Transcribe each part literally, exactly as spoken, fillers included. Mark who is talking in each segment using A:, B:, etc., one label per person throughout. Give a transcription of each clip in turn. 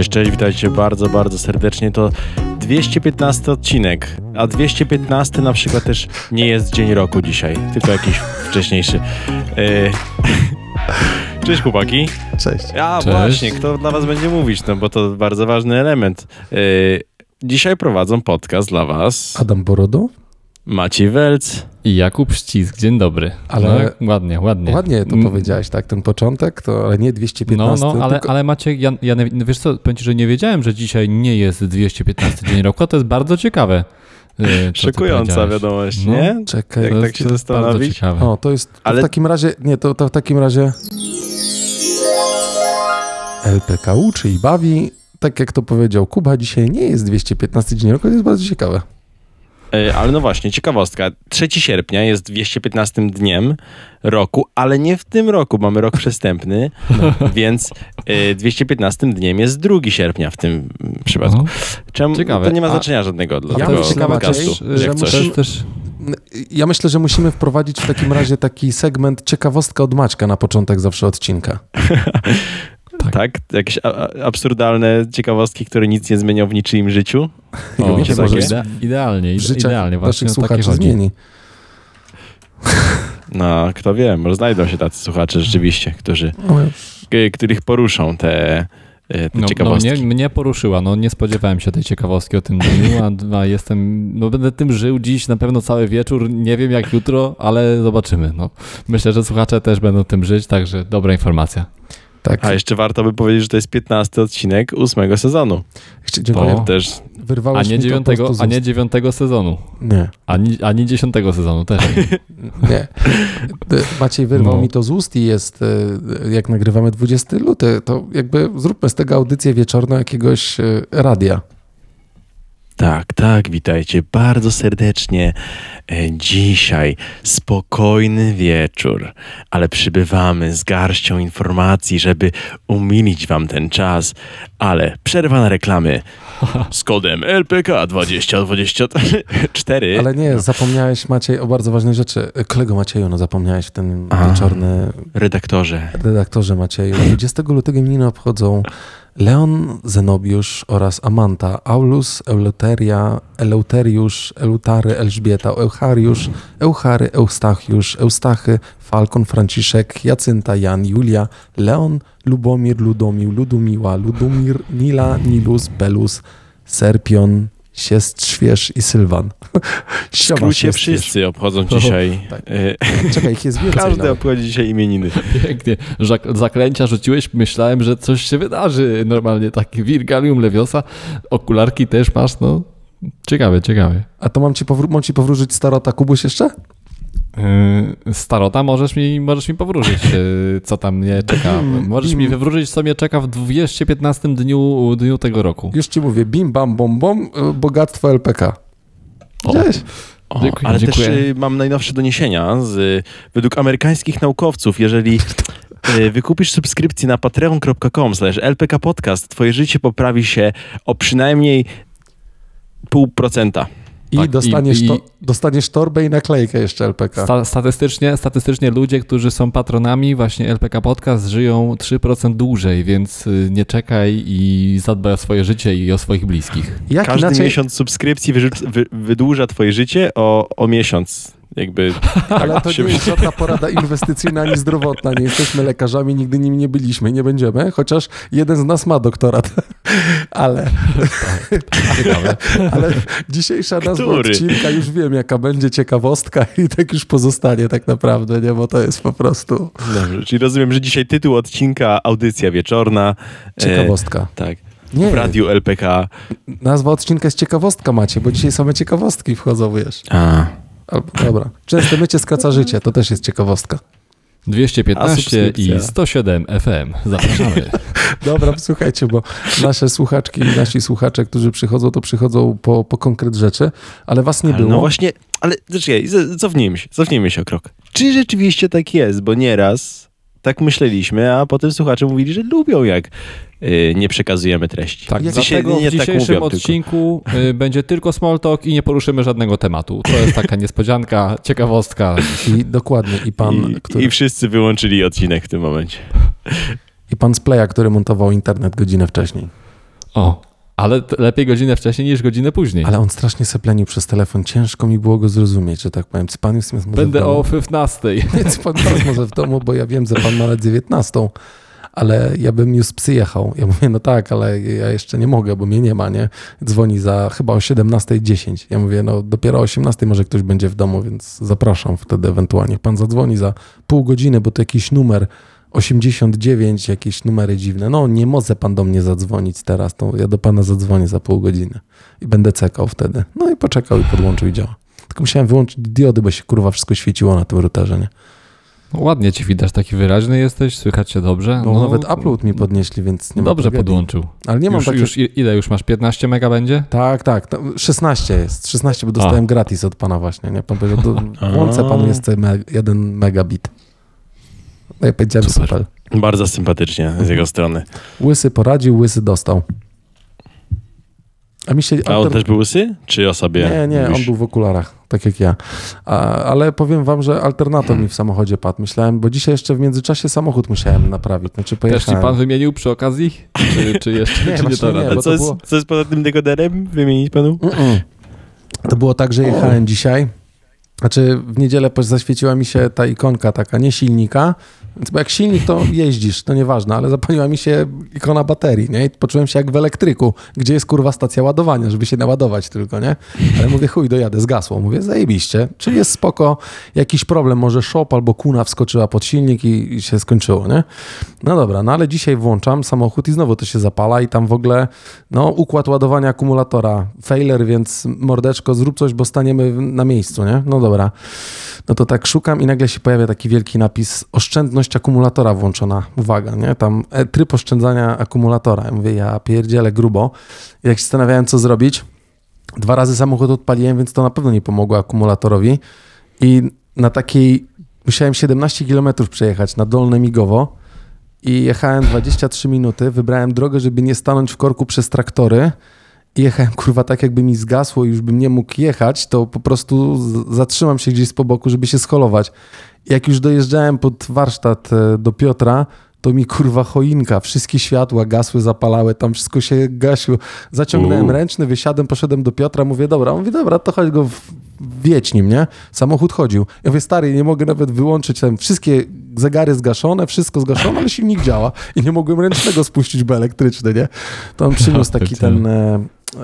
A: Cześć, cześć, witajcie bardzo, bardzo serdecznie. To dwieście piętnasty odcinek, a dwieście piętnasty na przykład też nie jest dzień roku dzisiaj, tylko jakiś wcześniejszy. Yy... Cześć chłopaki.
B: Cześć.
A: A
B: Cześć.
A: Właśnie, kto dla was będzie mówić, no bo to bardzo ważny element. Yy... Dzisiaj prowadzą podcast dla was
B: Adam Borodo,
A: Maciej Welc
C: i Jakub Ścisk. Dzień dobry.
B: Ale
C: no, ładnie, ładnie.
B: Ładnie to
C: mm.
B: powiedziałeś, tak? Ten początek, to ale nie dwieście piętnasty.
C: No, no, ale,
B: tylko...
C: ale Maciek, ja, ja, wiesz co, powiem ci, że nie wiedziałem, że dzisiaj nie jest dwieście piętnasty dzień roku, a to jest bardzo ciekawe.
A: Szokująca wiadomość,
C: no,
A: nie?
B: Czekaj.
A: Jak tak się zastanowić.
B: O, to jest, to ale... w takim razie, nie, to, to w takim razie L P K U, czyli bawi, tak jak to powiedział Kuba, dzisiaj nie jest dwieście piętnasty dzień roku, to jest bardzo ciekawe.
A: Ale no właśnie, ciekawostka. trzeciego sierpnia jest dwieście piętnastym dniem roku, ale nie w tym roku, mamy rok przestępny, no. Więc dwieście piętnastym dniem jest drugiego sierpnia w tym przypadku. Czemu? Ciekawe. To nie ma znaczenia A, żadnego dla
B: ja
A: tego
B: myślę,
A: podcastu.
B: Maciej, że musimy, też... Ja myślę, że musimy wprowadzić w takim razie taki segment ciekawostka od Maćka na początek zawsze odcinka.
A: Tak. tak? Jakieś a, absurdalne ciekawostki, które nic nie zmienią w niczyim życiu?
C: O, to może ide- idealnie, ide- idealnie.
B: Naszych słuchaczy zmieni.
A: No, kto wie, może znajdą się tacy słuchacze rzeczywiście, którzy, których poruszą te, te
C: no,
A: ciekawostki.
C: No, mnie, mnie poruszyła, no nie spodziewałem się tej ciekawostki o tym dniu, a, a jestem, no będę tym żył dziś na pewno cały wieczór, nie wiem jak jutro, ale zobaczymy. No. Myślę, że słuchacze też będą tym żyć, także dobra informacja.
A: Tak. A jeszcze warto by powiedzieć, że to jest piętnasty odcinek ósmego sezonu.
B: Jeszcze dziękuję.
A: To też...
C: a, nie dziewiątego, a nie dziewiątego sezonu.
B: Nie.
C: Ani, ani dziesiątego sezonu też.
B: Nie. Maciej wyrwał no. mi to z ust i jest, jak nagrywamy dwudziestego lutego, to jakby zróbmy z tego audycję wieczorną jakiegoś radia.
A: Tak, tak, witajcie bardzo serdecznie. Dzisiaj spokojny wieczór, ale przybywamy z garścią informacji, żeby umilić wam ten czas, ale przerwa na reklamy z kodem L P K dwadzieścia dwadzieścia cztery.
B: Ale nie, zapomniałeś Maciej o bardzo ważnej rzeczy. Kolego Macieju, no zapomniałeś w ten A, wieczorny...
A: Redaktorze.
B: Redaktorze Macieju. dwudziestego lutego imieniny obchodzą Leon Zenobiusz oraz Amanta, Aulus, Eleuteria, Eleuteriusz, Eleutary, Elżbieta, Euchariusz, Euchary, Eustachiusz, Eustachy, Falkon, Franciszek, Jacynta, Jan, Julia, Leon, Lubomir, Ludomił, Ludomiła, Ludomir, Nila, Nilus, Belus, Serpion, Siestrzwierz i Sylwan.
A: W skrócie wszyscy obchodzą dzisiaj.
B: Tak. Czekaj, ich jest więcej.
A: Każdy
B: nawet.
A: obchodzi dzisiaj imieniny.
C: Pięknie. Zaklęcia rzuciłeś, myślałem, że coś się wydarzy. Normalnie taki Wirgalium Leviosa. Okularki też masz, no. Ciekawe, ciekawe.
B: A to mam ci, powró- mam ci powróżyć starota, Kubuś, jeszcze?
C: Yy, starota, możesz mi, możesz mi powróżyć, yy, co tam mnie czeka. Możesz bim. mi wywróżyć, co mnie czeka w dwieście piętnastym dniu, dniu tego roku.
B: Już ci mówię, bim, bam, bom, bom, bogactwo L P K. Cześć.
A: O, dziękuję, ale dziękuję. Też y, mam najnowsze doniesienia z, według amerykańskich naukowców, jeżeli y, wykupisz subskrypcję na patreon kropka com slash L P K podcast, twoje życie poprawi się o przynajmniej pół procenta.
B: I,
C: tak,
B: dostaniesz,
C: i,
B: to,
C: i
B: dostaniesz torbę i naklejkę jeszcze L P K.
C: Sta, statystycznie, statystycznie ludzie, którzy są patronami właśnie L P K Podcast żyją trzy procent dłużej, więc nie czekaj i zadbaj o swoje życie i o swoich bliskich.
A: Jak Każdy inaczej... miesiąc subskrypcji wyrzu- wy, wydłuża twoje życie o, o miesiąc. Jakby,
B: ale to nie jest żadna porada inwestycyjna ani zdrowotna. Nie jesteśmy lekarzami, nigdy nimi nie byliśmy, nie będziemy, chociaż jeden z nas ma doktorat. Ale,
C: ciekawe.
B: ale dzisiejsza nazwa odcinka, już wiem jaka będzie ciekawostka i tak już pozostanie tak naprawdę, nie? Bo to jest po prostu...
A: Dobrze, czyli rozumiem, że dzisiaj tytuł odcinka audycja wieczorna.
B: Ciekawostka.
A: E, tak. Nie. W radiu L P K.
B: Nazwa odcinka jest ciekawostka, Macie, bo dzisiaj same ciekawostki wchodzą, wiesz.
A: A.
B: Dobra. Częste mycie skraca życie, to też jest ciekawostka.
C: dwieście piętnaście i sto siedem F M. Zapraszamy.
B: Dobra, słuchajcie, bo nasze słuchaczki i nasi słuchacze, którzy przychodzą, to przychodzą po, po konkret rzeczy, ale was nie
A: ale
B: było.
A: No właśnie, ale czekaj, cofnijmy się, cofnijmy się o krok. Czy rzeczywiście tak jest? Bo nieraz tak myśleliśmy, a potem słuchacze mówili, że lubią jak yy, nie przekazujemy treści.
C: Tak, dlatego w dzisiejszym tak odcinku yy, będzie tylko small talk i nie poruszymy żadnego tematu. To jest taka niespodzianka, ciekawostka.
B: I dokładnie. I pan,
A: I,
B: który...
A: I wszyscy wyłączyli odcinek w tym momencie.
B: I pan z Playa, który montował internet godzinę wcześniej.
C: O, ale t- lepiej godzinę wcześniej niż godzinę później.
B: Ale on strasznie seplenił przez telefon. Ciężko mi było go zrozumieć, że tak powiem. Czy pan jest może
C: Będę
B: w domu?
C: o piętnastej.
B: Czy pan jest może w domu, bo ja wiem, że pan ma lat dziewiętnastą, ale ja bym już psy jechał. Ja mówię, no tak, ale ja jeszcze nie mogę, bo mnie nie ma, nie? Dzwoni za chyba o siedemnasta dziesięć. Ja mówię, no dopiero o osiemnastej może ktoś będzie w domu, więc zapraszam wtedy ewentualnie. Pan zadzwoni za pół godziny, bo to jakiś numer osiemdziesiąt dziewięć, jakieś numery dziwne. No nie może pan do mnie zadzwonić teraz, to ja do pana zadzwonię za pół godziny i będę czekał wtedy. No i poczekał i podłączył i działa. Tylko musiałem wyłączyć diody, bo się kurwa wszystko świeciło na tym routerze, nie?
C: No, ładnie ci widać, taki wyraźny jesteś, słychać cię dobrze.
B: No, no nawet upload mi podnieśli, więc nie ma
C: dobrze
B: tragedii.
C: podłączył.
B: Ale nie mam
C: już,
B: takie...
C: już ile już masz? piętnaście mega będzie?
B: Tak, tak. To szesnaście jest. szesnaście, bo dostałem
C: A.
B: gratis od pana właśnie. Nie? Pan powiedział, do, włączę panu jeszcze me, jeden megabit. No ja powiedziałem
C: Super.
B: super.
A: Bardzo sympatycznie z jego strony.
B: Łysy poradził, łysy dostał. A mi się...
A: A on
B: alter-
A: też był łysy? Czy o sobie
B: Nie, nie,
A: mówisz?
B: on był w okularach, tak jak ja. A, ale powiem wam, że alternator mi w samochodzie padł. Myślałem, bo dzisiaj jeszcze w międzyczasie samochód musiałem naprawić. Znaczy
C: Też ci
B: pojechałem.
C: pan wymienił przy okazji? Czy, czy jeszcze
B: Nie,
C: czy nie
B: właśnie
C: to
B: nie,
C: rada?
A: A
B: bo
A: co
B: to
A: jest,
B: było-
A: co jest poza tym dekoderem? Wymienić panu?
B: Mm-mm. To było tak, że jechałem dzisiaj. Znaczy w niedzielę poś- zaświeciła mi się ta ikonka taka, nie silnika, więc bo jak silnik to jeździsz, to nieważne, ale zapaliła mi się ikona baterii, nie? I poczułem się jak w elektryku, gdzie jest kurwa stacja ładowania, żeby się naładować tylko, nie? Ale mówię, chuj, dojadę, zgasło. Mówię, zajebiście, czy jest spoko, jakiś problem, może szop albo kuna wskoczyła pod silnik i, i się skończyło, nie? No dobra, no ale dzisiaj włączam samochód i znowu to się zapala i tam w ogóle, no układ ładowania akumulatora, failer, więc mordeczko, zrób coś, bo staniemy w- na miejscu, nie? No dobra. No to tak szukam i nagle się pojawia taki wielki napis oszczędność akumulatora włączona. Uwaga, nie? Tam e, tryb oszczędzania akumulatora. Ja mówię, ja pierdzielę grubo. I jak się zastanawiałem, co zrobić, dwa razy samochód odpaliłem, więc to na pewno nie pomogło akumulatorowi. I na takiej, musiałem siedemnaście kilometrów przejechać na Dolne Migowo i jechałem dwadzieścia trzy minuty. Wybrałem drogę, żeby nie stanąć w korku przez traktory. I jechałem, kurwa, tak jakby mi zgasło i już bym nie mógł jechać, to po prostu z- zatrzymam się gdzieś z boku, żeby się scholować. I jak już dojeżdżałem pod warsztat e, do Piotra, to mi, kurwa, choinka, wszystkie światła gasły, zapalały, tam wszystko się gasiło. Zaciągnąłem
A: Uuu.
B: ręczny, wysiadłem, poszedłem do Piotra, mówię, dobra, on mówi, dobra, to chodź go w- wiedź nim, nie? Samochód chodził. Ja mówię, stary, nie mogę nawet wyłączyć tam, wszystkie zegary zgaszone, wszystko zgaszone, ale silnik działa. I nie mogłem ręcznego spuścić, bo elektryczny, nie? To on przyniósł taki
C: pierdzielę.
B: ten... E,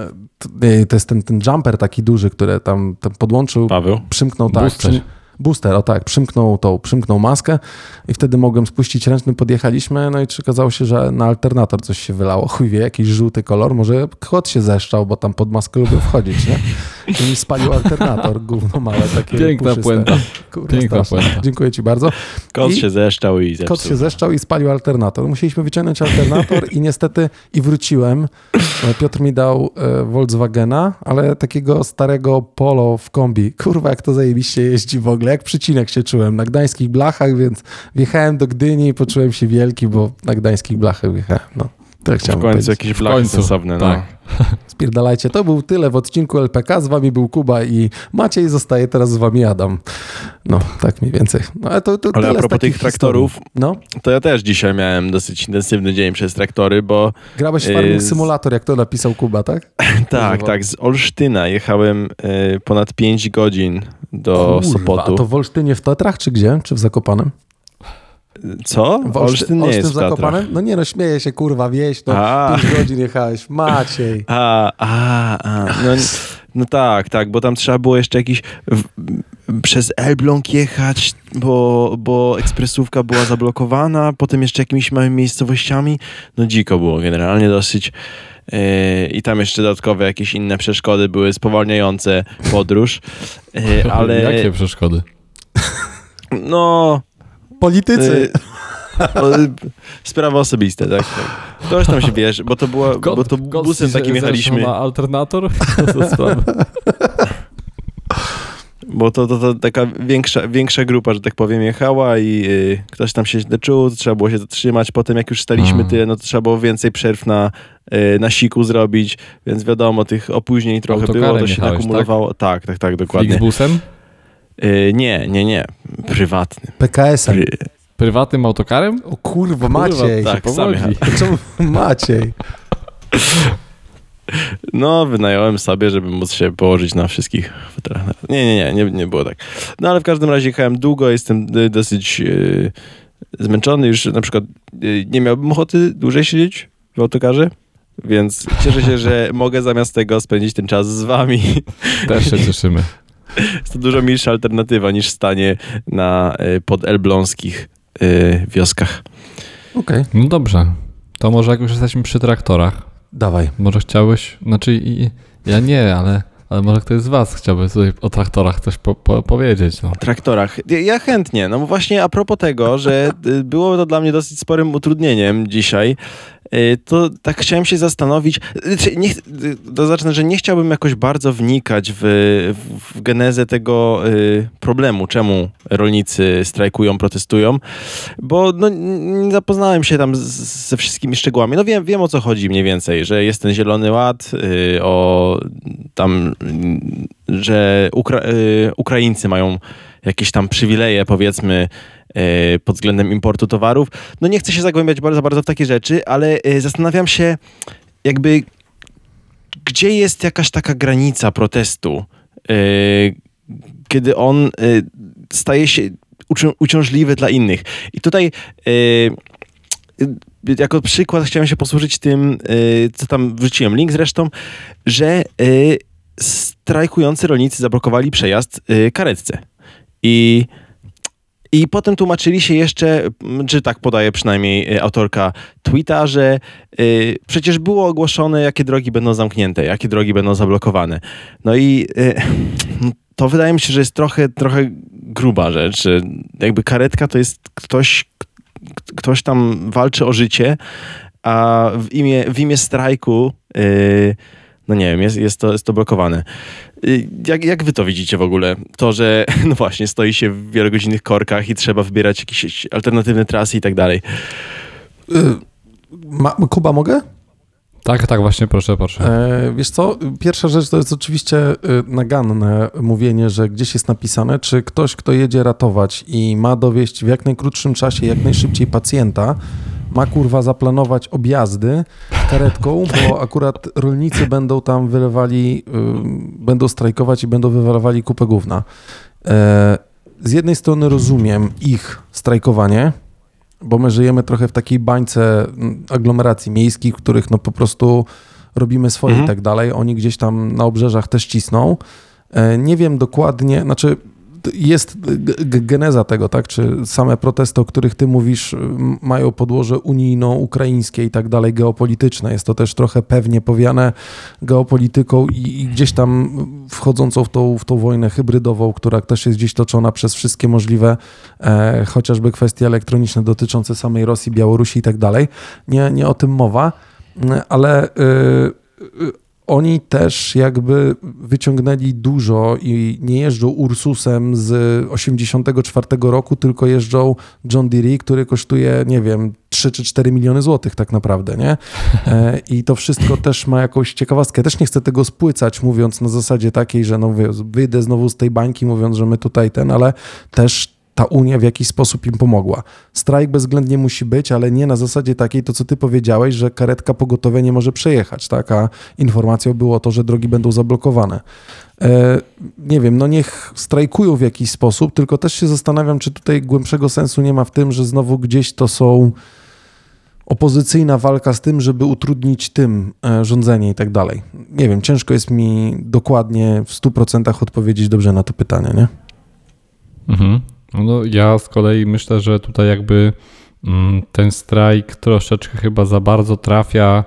B: e, to jest ten, ten jumper taki duży, który tam, tam podłączył,
A: Paweł?
B: przymknął tak.
C: Booster.
B: Przym, booster, o tak, przymknął tą, przymknął maskę i wtedy mogłem spuścić ręczny, podjechaliśmy, no i okazało się, że na alternator coś się wylało. Chuj wie, jakiś żółty kolor, może kot się zeszczał, bo tam pod maskę lubię wchodzić, nie? I mi spalił alternator, gówno małe, takie
C: Piękna
B: puszyste.
C: puenta.
B: Kurwa,
C: Piękna
B: straszne.
C: puenta.
B: Dziękuję ci bardzo.
A: Kot
B: I-
A: się zeszczał i zepsuł.
B: Kot się zeszczał i spalił alternator. Musieliśmy wyciągnąć alternator i niestety i wróciłem. Piotr mi dał e, Volkswagena, ale takiego starego Polo w kombi. Kurwa, jak to zajebiście jeździ w ogóle. Jak przycinek się czułem na gdańskich blachach, więc wjechałem do Gdyni i poczułem się wielki, bo na gdańskich blachach wjechałem. No, to
A: W
B: chciałem
A: końcu
B: powiedzieć.
A: jakieś blachy
C: końcu,
A: sensowne, no.
C: tak.
B: Spierdalajcie. To był tyle w odcinku L P K. Z wami był Kuba i Maciej, zostaje teraz z wami Adam. No, tak mniej więcej. No, ale to, to
A: Ale
B: tyle
A: a
B: z
A: propos
B: takich
A: tych traktorów,
B: historii. No,
A: to ja też dzisiaj miałem dosyć intensywny dzień przez traktory, bo
B: grałeś w
A: Yy,
B: Farming
A: z-
B: Simulator, jak to napisał Kuba, tak?
A: tak,
B: Używa-
A: tak, z Olsztyna jechałem y, ponad pięć godzin do
B: Kurwa,
A: Sopotu.
B: a to w Olsztynie w Tatrach, czy gdzie? Czy w Zakopanem?
A: Co?
B: W
A: Olsztyn nie
B: Olsztyn
A: jest
B: w
A: w Tatrach.
B: Zakopanem? No nie no, śmieję się, kurwa, wieś, no
A: A.
B: pięć godzin jechałeś. Maciej.
A: A, a, a. No, no tak, tak, bo tam trzeba było jeszcze jakiś w, przez Elbląg jechać, bo, bo ekspresówka była zablokowana, potem jeszcze jakimiś małymi miejscowościami. No dziko było generalnie dosyć. Yy, I tam jeszcze dodatkowe jakieś inne przeszkody były spowalniające podróż. Yy, ale
C: Jakie przeszkody?
A: no...
B: Politycy.
A: Yy, o, sprawy osobiste, tak, tak. Ktoś tam się bierze, bo to było, bo to
C: Kot
A: busem
C: się
A: takim jechaliśmy.
C: zeszł na alternator? To za sprawa.
A: Bo to, to, to taka większa, większa grupa, że tak powiem, jechała i y, ktoś tam się źle czuł, to trzeba było się zatrzymać. Potem jak już staliśmy
C: Mm.
A: tyle, no to trzeba było więcej przerw na, y, na siku zrobić, więc wiadomo, tych opóźnień trochę
C: Autokarem
A: było, to się
C: jechałeś,
A: nakumulowało. Tak, tak, tak, dokładnie.
C: Flixbusem?
A: Y, nie, nie, nie. Prywatny.
B: P K S-em.
A: Pry,
C: Prywatnym autokarem?
B: O kurwa, Maciej.
A: tak, sam
C: powodzi.
A: jechałem.
B: Czemu Maciej?
A: No, wynająłem sobie, żeby móc się położyć na wszystkich fotelach. Nie, nie, nie, nie, nie było tak. No, ale w każdym razie jechałem długo, jestem dosyć yy, zmęczony. Już na przykład yy, nie miałbym ochoty dłużej siedzieć w autokarze, więc cieszę się, że mogę zamiast tego spędzić ten czas z wami.
C: Też się cieszymy.
A: Jest to dużo milsza alternatywa niż stanie na yy, podelbląskich yy, wioskach.
B: Okej. Okay.
C: No dobrze. To może jak już jesteśmy przy traktorach.
B: Dawaj.
C: Może chciałbyś, znaczy i, ja nie, ale, ale może ktoś z was chciałby tutaj o traktorach coś po, po, powiedzieć. No.
A: O traktorach. Ja, ja chętnie. No właśnie a propos tego, że było to dla mnie dosyć sporym utrudnieniem dzisiaj, to tak chciałem się zastanowić, nie, to zacznę, że nie chciałbym jakoś bardzo wnikać w, w, w genezę tego y, problemu, czemu rolnicy strajkują, protestują, bo no, nie zapoznałem się tam z, ze wszystkimi szczegółami. No wiem, wiem o co chodzi mniej więcej, że jest ten Zielony Ład, y, o tam, y, że Ukra- y, Ukraińcy mają jakieś tam przywileje, powiedzmy, pod względem importu towarów. No nie chcę się zagłębiać bardzo, bardzo w takie rzeczy, ale zastanawiam się jakby, gdzie jest jakaś taka granica protestu, kiedy on staje się uciążliwy dla innych. I tutaj jako przykład chciałem się posłużyć tym, co tam wrzuciłem link zresztą, że strajkujący rolnicy zablokowali przejazd karetce. I I potem tłumaczyli się jeszcze, czy tak podaje przynajmniej autorka tweeta, że y, przecież było ogłoszone, jakie drogi będą zamknięte, jakie drogi będą zablokowane. No i y, to wydaje mi się, że jest trochę, trochę gruba rzecz. Jakby karetka to jest ktoś, ktoś tam walczy o życie, a w imię, w imię strajku, y, no nie wiem, jest, jest, to, jest to blokowane. Jak, jak wy to widzicie w ogóle? To, że no właśnie stoi się w wielogodzinnych korkach i trzeba wybierać jakieś alternatywne trasy i tak dalej.
B: Ma, Kuba, mogę?
C: Tak, tak, właśnie, proszę, proszę.
B: E, wiesz co, pierwsza rzecz to jest oczywiście naganne mówienie, że gdzieś jest napisane, czy ktoś, kto jedzie ratować i ma dowieźć w jak najkrótszym czasie, jak najszybciej pacjenta, ma kurwa zaplanować objazdy karetką, bo akurat rolnicy będą tam wylewali, yy, będą strajkować i będą wywalowali kupę gówna. E, z jednej strony rozumiem ich strajkowanie, bo my żyjemy trochę w takiej bańce aglomeracji miejskich, w których no po prostu robimy swoje mhm. i tak dalej. Oni gdzieś tam na obrzeżach też cisną. E, nie wiem dokładnie, znaczy jest g- geneza tego, tak? Czy same protesty, o których ty mówisz, mają podłoże unijno-ukraińskie i tak dalej, geopolityczne. Jest to też trochę pewnie powiane geopolityką i, i gdzieś tam wchodzącą w tą, w tą wojnę hybrydową, która też jest gdzieś toczona przez wszystkie możliwe, e, chociażby kwestie elektroniczne dotyczące samej Rosji, Białorusi i tak dalej. Nie, nie o tym mowa, ale y, y, oni też jakby wyciągnęli dużo i nie jeżdżą Ursusem z osiemdziesiątego czwartego roku, tylko jeżdżą John Deere, który kosztuje, nie wiem, trzy czy cztery miliony złotych tak naprawdę, nie? I to wszystko też ma jakąś ciekawostkę. Też nie chcę tego spłycać, mówiąc na zasadzie takiej, że no wyjdę znowu z tej bańki, mówiąc, że my tutaj ten, ale też ta Unia w jakiś sposób im pomogła. Strajk bezwzględnie musi być, ale nie na zasadzie takiej, to co ty powiedziałeś, że karetka pogotowia nie może przejechać, tak? A informacją było to, że drogi będą zablokowane. E, nie wiem, no niech strajkują w jakiś sposób, tylko też się zastanawiam, czy tutaj głębszego sensu nie ma w tym, że znowu gdzieś to są opozycyjna walka z tym, żeby utrudnić tym e, rządzenie i tak dalej. Nie wiem, ciężko jest mi dokładnie w stu procentach odpowiedzieć dobrze na to pytanie, nie?
C: Mhm. No, ja z kolei myślę, że tutaj jakby ten strajk troszeczkę chyba za bardzo trafia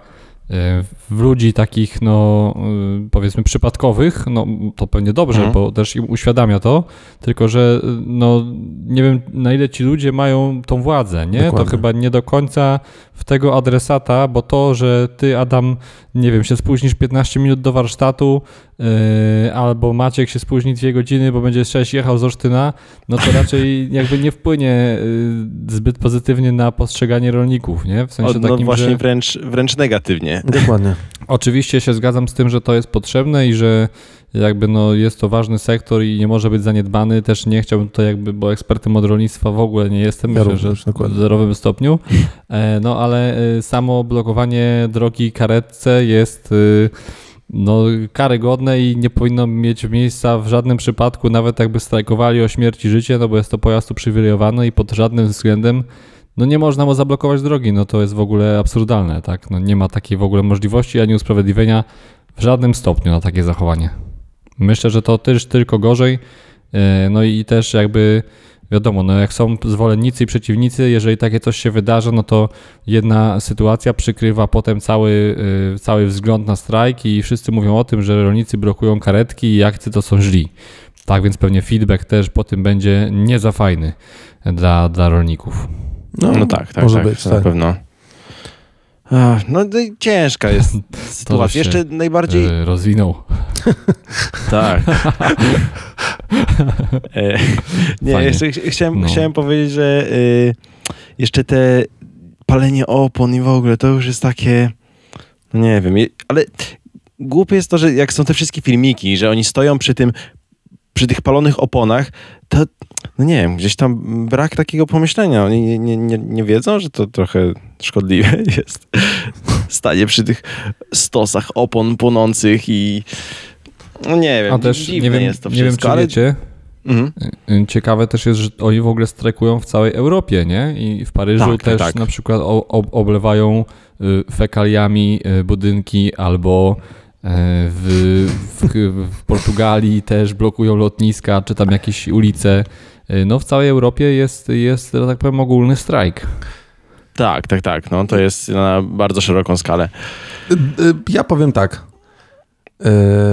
C: w ludzi takich, no powiedzmy przypadkowych, no to pewnie dobrze, mhm. bo też im uświadamia to, tylko że no nie wiem na ile ci ludzie mają tą władzę, nie? Dokładnie. To chyba nie do końca w tego adresata, bo to, że ty Adam, nie wiem, się spóźnisz piętnaście minut do warsztatu, yy, albo Maciek się spóźni dwie godziny, bo będzie sześć jechał z Olsztyna, no to raczej jakby nie wpłynie yy, zbyt pozytywnie na postrzeganie rolników, nie? W sensie
A: o, no
C: takim,
A: właśnie
C: że...
A: wręcz, wręcz negatywnie.
B: Dokładnie.
C: Oczywiście się zgadzam z tym, że to jest potrzebne i że jakby no jest to ważny sektor i nie może być zaniedbany. Też nie chciałbym tutaj jakby, bo ekspertem od rolnictwa w ogóle nie jestem,
B: ja
C: myślę,
B: również,
C: że
B: dokładnie.
C: w zerowym stopniu. No ale samo blokowanie drogi karetce jest no karygodne i nie powinno mieć miejsca w żadnym przypadku, nawet jakby strajkowali o śmierć i życie, no bo jest to pojazd uprzywilejowany i pod żadnym względem no nie można mu zablokować drogi, no to jest w ogóle absurdalne, tak? No nie ma takiej w ogóle możliwości ani usprawiedliwienia w żadnym stopniu na takie zachowanie. Myślę, że to też tylko gorzej, no i też jakby wiadomo, no jak są zwolennicy i przeciwnicy, jeżeli takie coś się wydarzy, no to jedna sytuacja przykrywa potem cały, cały wzgląd na strajk i wszyscy mówią o tym, że rolnicy blokują karetki i akcy to są źli. Tak więc pewnie feedback też po tym będzie nie za fajny dla, dla rolników.
A: No, no tak, tak,
B: może
A: tak,
B: być,
A: na
B: tak.
A: pewno. Ach, no ciężka jest sytuacja. Jeszcze najbardziej...
C: rozwinął.
A: Tak. e, nie,
C: Fajnie.
A: jeszcze ch- chciałem,
C: No.
A: chciałem powiedzieć, że y, jeszcze te palenie opon i w ogóle to już jest takie, no nie wiem, je- ale głupie jest to, że jak są te wszystkie filmiki, że oni stoją przy tym, przy tych palonych oponach, to no nie wiem, gdzieś tam brak takiego pomyślenia. Oni nie, nie, nie, nie wiedzą, że to trochę szkodliwe jest. Stanie przy tych stosach opon płonących i no nie wiem,
C: A też
A: dziwne
C: nie wiem,
A: jest to
C: nie wiem,
A: wszystko,
C: czy
A: ale...
C: wiecie,
A: Mhm.
C: ciekawe też jest, że oni w ogóle strajkują w całej Europie, nie? I w Paryżu
A: Tak, tak,
C: też
A: tak.
C: na przykład o, ob, oblewają y, fekaliami y, budynki albo y, w, w, w Portugalii też blokują lotniska, czy tam jakieś ulice. Y, No w całej Europie jest, jest, że tak powiem, ogólny strajk.
A: Tak, tak, tak. No, to jest na bardzo szeroką skalę.
B: Y, y, Ja powiem tak. Y,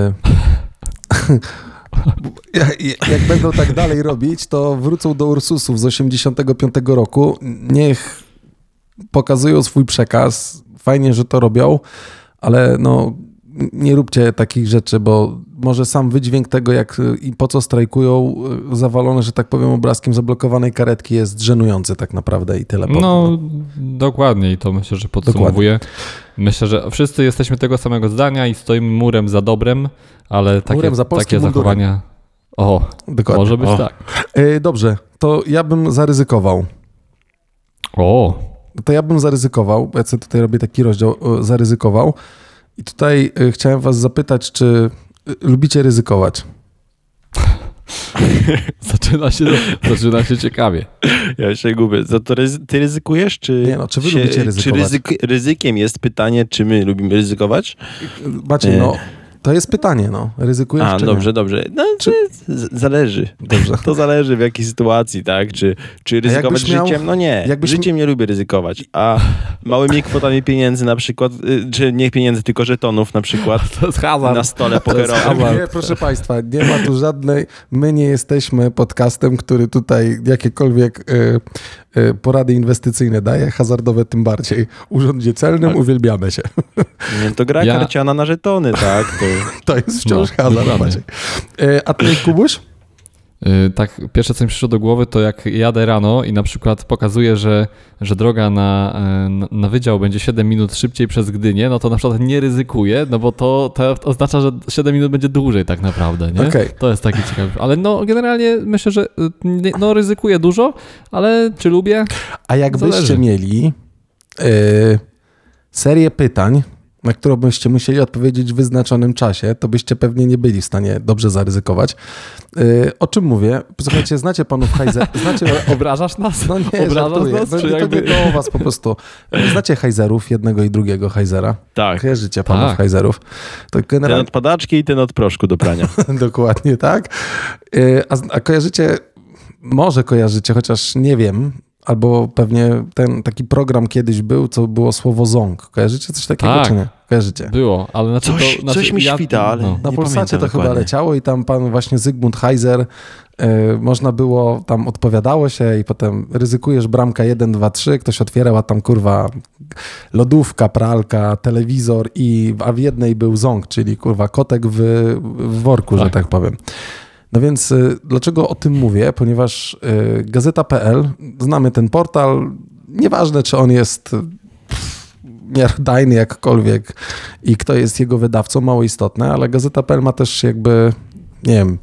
B: jak, jak będą tak dalej robić, to wrócą do Ursusów z osiemdziesiątego piątego roku. Niech pokazują swój przekaz. Fajnie, że to robią, ale no nie róbcie takich rzeczy, bo może sam wydźwięk tego, jak i po co strajkują, zawalone, że tak powiem, obrazkiem zablokowanej karetki jest żenujący tak naprawdę i tyle.
C: No dokładnie i to myślę, że podsumowuje. Myślę, że wszyscy jesteśmy tego samego zdania i stoimy murem za dobrem, ale takie,
B: Murem za polskim
C: takie
B: mundurem.
C: zachowania... O,
B: Dokładnie.
C: może być
A: O.
C: tak.
B: Y, Dobrze, to ja bym zaryzykował.
C: O,
B: To ja bym zaryzykował, bo ja sobie tutaj robię taki rozdział, o, zaryzykował. I tutaj y, chciałem was zapytać, czy y, lubicie ryzykować?
C: zaczyna się, zaczyna się ciekawie.
A: Ja się gubię. To, to ryzy- ty ryzykujesz, czy...
B: Nie no, czy wy
A: się,
B: lubicie
A: Czy
B: ryzykować?
A: ryzyk, ryzykiem jest pytanie, czy my lubimy ryzykować?
B: Maciej,
A: Nie.
B: no, to jest pytanie, no. Ryzykujesz
A: A,
B: czy
A: dobrze,
B: nie?
A: dobrze. No,
B: Czy-
A: czy... z- zależy.
B: Dobrze.
A: To zależy w jakiej sytuacji, tak? Czy, czy ryzykować
B: jakbyś miał-
A: życiem? No nie.
B: jakbyś-
A: Życiem nie lubię ryzykować. A małymi kwotami pieniędzy na przykład, y, czy nie pieniędzy, tylko żetonów na przykład
C: To jest hazard.
A: na stole pokerowym.
C: hazard.
B: Nie, proszę państwa, nie ma tu żadnej... My nie jesteśmy podcastem, który tutaj jakiekolwiek y, y, porady inwestycyjne daje, hazardowe tym bardziej. Urzędzie celnym uwielbiamy się.
A: Nie, to gra
C: Ja-
A: karciana na żetony, tak? To...
B: To jest wciąż
C: No,
B: hazard,
C: dokładnie.
B: Maciej. Y, A ty, Kubuś?
C: Yy, Tak, pierwsze co mi przyszło do głowy, to jak jadę rano i na przykład pokazuję, że, że droga na, na, na wydział będzie siedem minut szybciej przez Gdynię, no to na przykład nie ryzykuję, no bo to, to oznacza, że siedem minut będzie dłużej tak naprawdę, nie?
B: Okej.
C: To jest taki ciekawy. Ale no generalnie myślę, że y, nie- no ryzykuję dużo, ale czy lubię?
B: A jakbyście
C: Zależy.
B: mieli y, serię pytań, na którą byście musieli odpowiedzieć w wyznaczonym czasie, to byście pewnie nie byli w stanie dobrze zaryzykować. Y, o czym mówię? Słuchajcie, znacie panów Heizer... Znacie...
C: Obrażasz nas?
B: No nie,
C: Obrażasz
B: żartuję.
C: nas?
B: No,
C: Czy
B: to
C: jakby...
B: nie do was po prostu. Znacie Heizerów, jednego i drugiego Heizera?
A: Tak.
B: Kojarzycie panów
C: Tak.
B: Heizerów? To
A: Ten
B: generalnie...
A: od padaczki i ten od proszku do prania.
B: Dokładnie, tak. Y, A, a kojarzycie, może kojarzycie, chociaż nie wiem, albo pewnie ten taki program kiedyś był, co było słowo ząg. Kojarzycie coś takiego,
C: Tak,
B: czy nie? Kojarzycie?
C: Było, ale znaczy
A: Coś,
C: to... Znaczy,
A: coś mi
C: ja,
A: świta, ale
C: no.
B: Na
A: nie
B: Polsacie
A: pamiętam
B: to chyba
A: dokładnie.
B: leciało i tam pan właśnie Zygmunt Heiser, y, można było, tam odpowiadało się i potem ryzykujesz bramka jeden, dwa, trzy, ktoś otwierał, a tam kurwa lodówka, pralka, telewizor, i, a w jednej był ząg, czyli kurwa kotek w, w worku, tak. że tak powiem. No więc y, dlaczego o tym mówię? Ponieważ y, Gazeta kropka pe el, znamy ten portal, nieważne czy on jest pff, miarodajny jakkolwiek i kto jest jego wydawcą, mało istotne, ale Gazeta kropka pe el ma też jakby, nie wiem,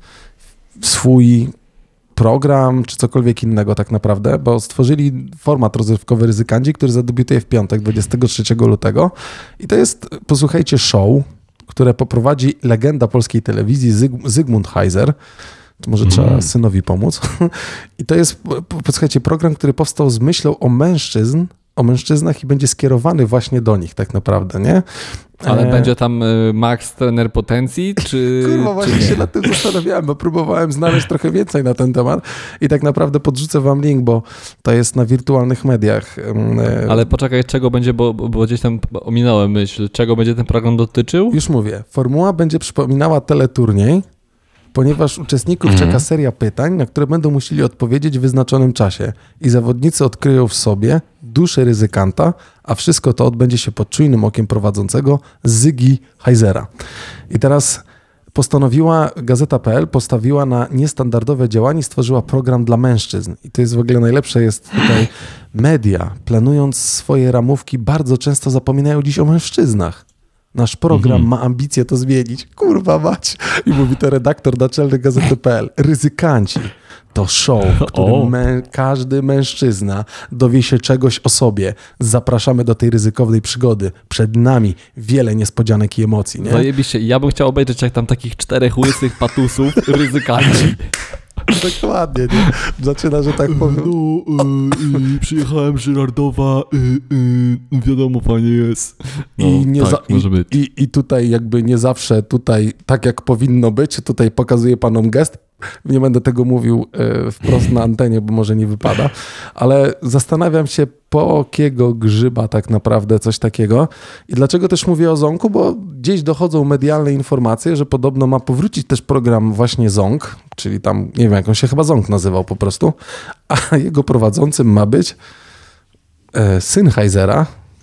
B: swój program czy cokolwiek innego tak naprawdę, bo stworzyli format rozrywkowy Ryzykanci, który zadebiutuje w piątek, dwudziestego trzeciego lutego i to jest, posłuchajcie, show, które poprowadzi legenda polskiej telewizji Zyg- Zygmunt Heiser. To może mm. trzeba synowi pomóc. I to jest, posłuchajcie, program, który powstał z myślą o mężczyzn, o mężczyznach i będzie skierowany właśnie do nich tak naprawdę, nie?
C: Ale
B: e...
C: będzie tam y, Max trener potencji, czy...
B: Kurwa, właśnie
C: czy
B: się nad tym zastanawiałem, bo próbowałem znaleźć trochę więcej na ten temat i tak naprawdę podrzucę wam link, bo to jest na wirtualnych mediach.
C: Ale poczekaj, czego będzie, bo, bo gdzieś tam ominąłem myśl, czego będzie ten program dotyczył?
B: Już mówię, formuła będzie przypominała teleturniej, ponieważ uczestników mhm. czeka seria pytań, na które będą musieli odpowiedzieć w wyznaczonym czasie i zawodnicy odkryją w sobie duszę ryzykanta, a wszystko to odbędzie się pod czujnym okiem prowadzącego Zygi Heisera. I teraz postanowiła, Gazeta kropka pe el postawiła na niestandardowe działanie i stworzyła program dla mężczyzn. I to jest w ogóle najlepsze, jest tutaj media, planując swoje ramówki, bardzo często zapominają dziś o mężczyznach. Nasz program mhm. ma ambicje to zmienić. Kurwa mać. I mówi to redaktor naczelny Gazety kropka pe el. Ryzykanci to show, w którym mę- każdy mężczyzna dowie się czegoś o sobie. Zapraszamy do tej ryzykownej przygody. Przed nami wiele niespodzianek i emocji, nie?
C: Zajebiście. Ja bym chciał obejrzeć, jak tam takich czterech łysych patusów ryzykanci.
B: Dokładnie, nie? Zaczyna, że tak powiem.
C: No, y, y, przyjechałem z Żyrardowa, y, y, wiadomo, panie jest. No,
B: I, nie
C: tak,
B: za,
C: może być.
B: i, I tutaj jakby nie zawsze tutaj tak jak powinno być, tutaj pokazuję panom gest. Nie będę tego mówił e, wprost na antenie, bo może nie wypada, ale zastanawiam się, po jakiego grzyba tak naprawdę coś takiego. I dlaczego też mówię o Ząku, bo gdzieś dochodzą medialne informacje, że podobno ma powrócić też program właśnie Ząk, czyli tam, nie wiem, jak on się chyba Ząk nazywał po prostu, a jego prowadzącym ma być e, syn Heisera.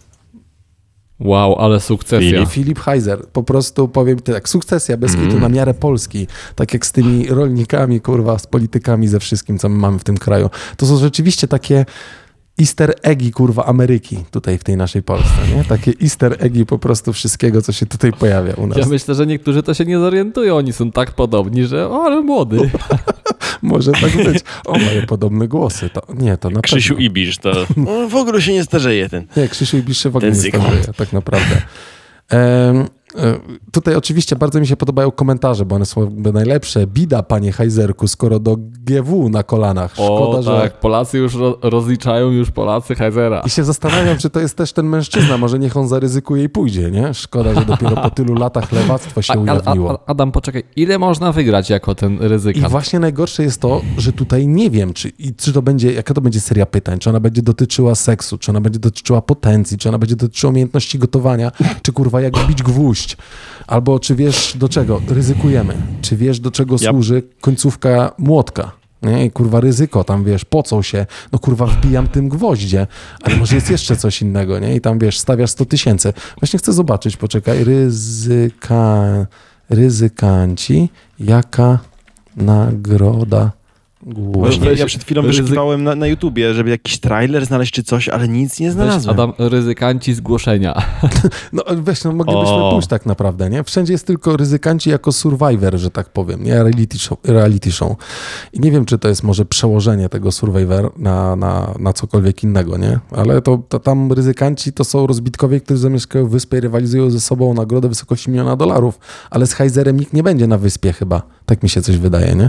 C: Wow, ale sukcesja.
B: Filip, Filip Heiser. Po prostu powiem tak, sukcesja bez kitu mm. na miarę Polski. Tak jak z tymi rolnikami, kurwa, z politykami, ze wszystkim, co my mamy w tym kraju. To są rzeczywiście takie easter eggi, kurwa, Ameryki tutaj w tej naszej Polsce, nie? Takie easter eggi po prostu wszystkiego, co się tutaj pojawia u nas.
C: Ja myślę, że niektórzy to się nie zorientują. Oni są tak podobni, że o, ale młody.
B: Może tak być. O, mają podobne głosy. To, nie, to na
A: Krzysiu
B: pewno.
A: Ibisz, to no, w ogóle się nie starzeje ten.
B: Nie, Krzysiu Ibisz się w ogóle
A: ten
B: nie starzeje, tak naprawdę. Um, Tutaj oczywiście bardzo mi się podobają komentarze, bo one są jakby najlepsze. Bida, panie Heiserku, skoro do G W na kolanach. Szkoda,
C: o,
B: że...
C: tak, Polacy już ro- rozliczają już Polacy Heisera.
B: I się zastanawiam, czy to jest też ten mężczyzna. Może niech on zaryzykuje i pójdzie, nie? Szkoda, że dopiero po tylu latach lewactwo się
C: a,
B: ujawniło.
C: A, a, Adam, poczekaj, ile można wygrać jako ten ryzykant?
B: I właśnie najgorsze jest to, że tutaj nie wiem, czy, i, czy to będzie, jaka to będzie seria pytań, czy ona będzie dotyczyła seksu, czy ona będzie dotyczyła potencji, czy ona będzie dotyczyła umiejętności gotowania, czy kurwa jak wbić gwóźdź. Albo czy wiesz do czego? Ryzykujemy. Czy wiesz do czego yep. służy końcówka młotka? Nie? I kurwa ryzyko, tam wiesz, pocą się, no kurwa wbijam tym gwoździe, ale może jest jeszcze coś innego, nie? I tam wiesz, stawiasz sto tysięcy. Właśnie chcę zobaczyć, poczekaj, ryzyka, ryzykanci, jaka nagroda
A: Właśnie ja przed chwilą wyszukiwałem na, na YouTubie, żeby jakiś trailer znaleźć czy coś, ale nic nie znalazłem.
C: Adam, ryzykanci zgłoszenia.
B: No weź, no moglibyśmy o. pójść tak naprawdę, nie? Wszędzie jest tylko ryzykanci jako survivor, że tak powiem, nie? Reality show. Reality show. I nie wiem, czy to jest może przełożenie tego survivor na, na, na cokolwiek innego, nie? Ale to, to tam ryzykanci to są rozbitkowie, którzy zamieszkają w wyspie i rywalizują ze sobą o nagrodę w wysokości miliona dolarów, ale z Heiserem nikt nie będzie na wyspie chyba. Tak mi się coś wydaje, nie?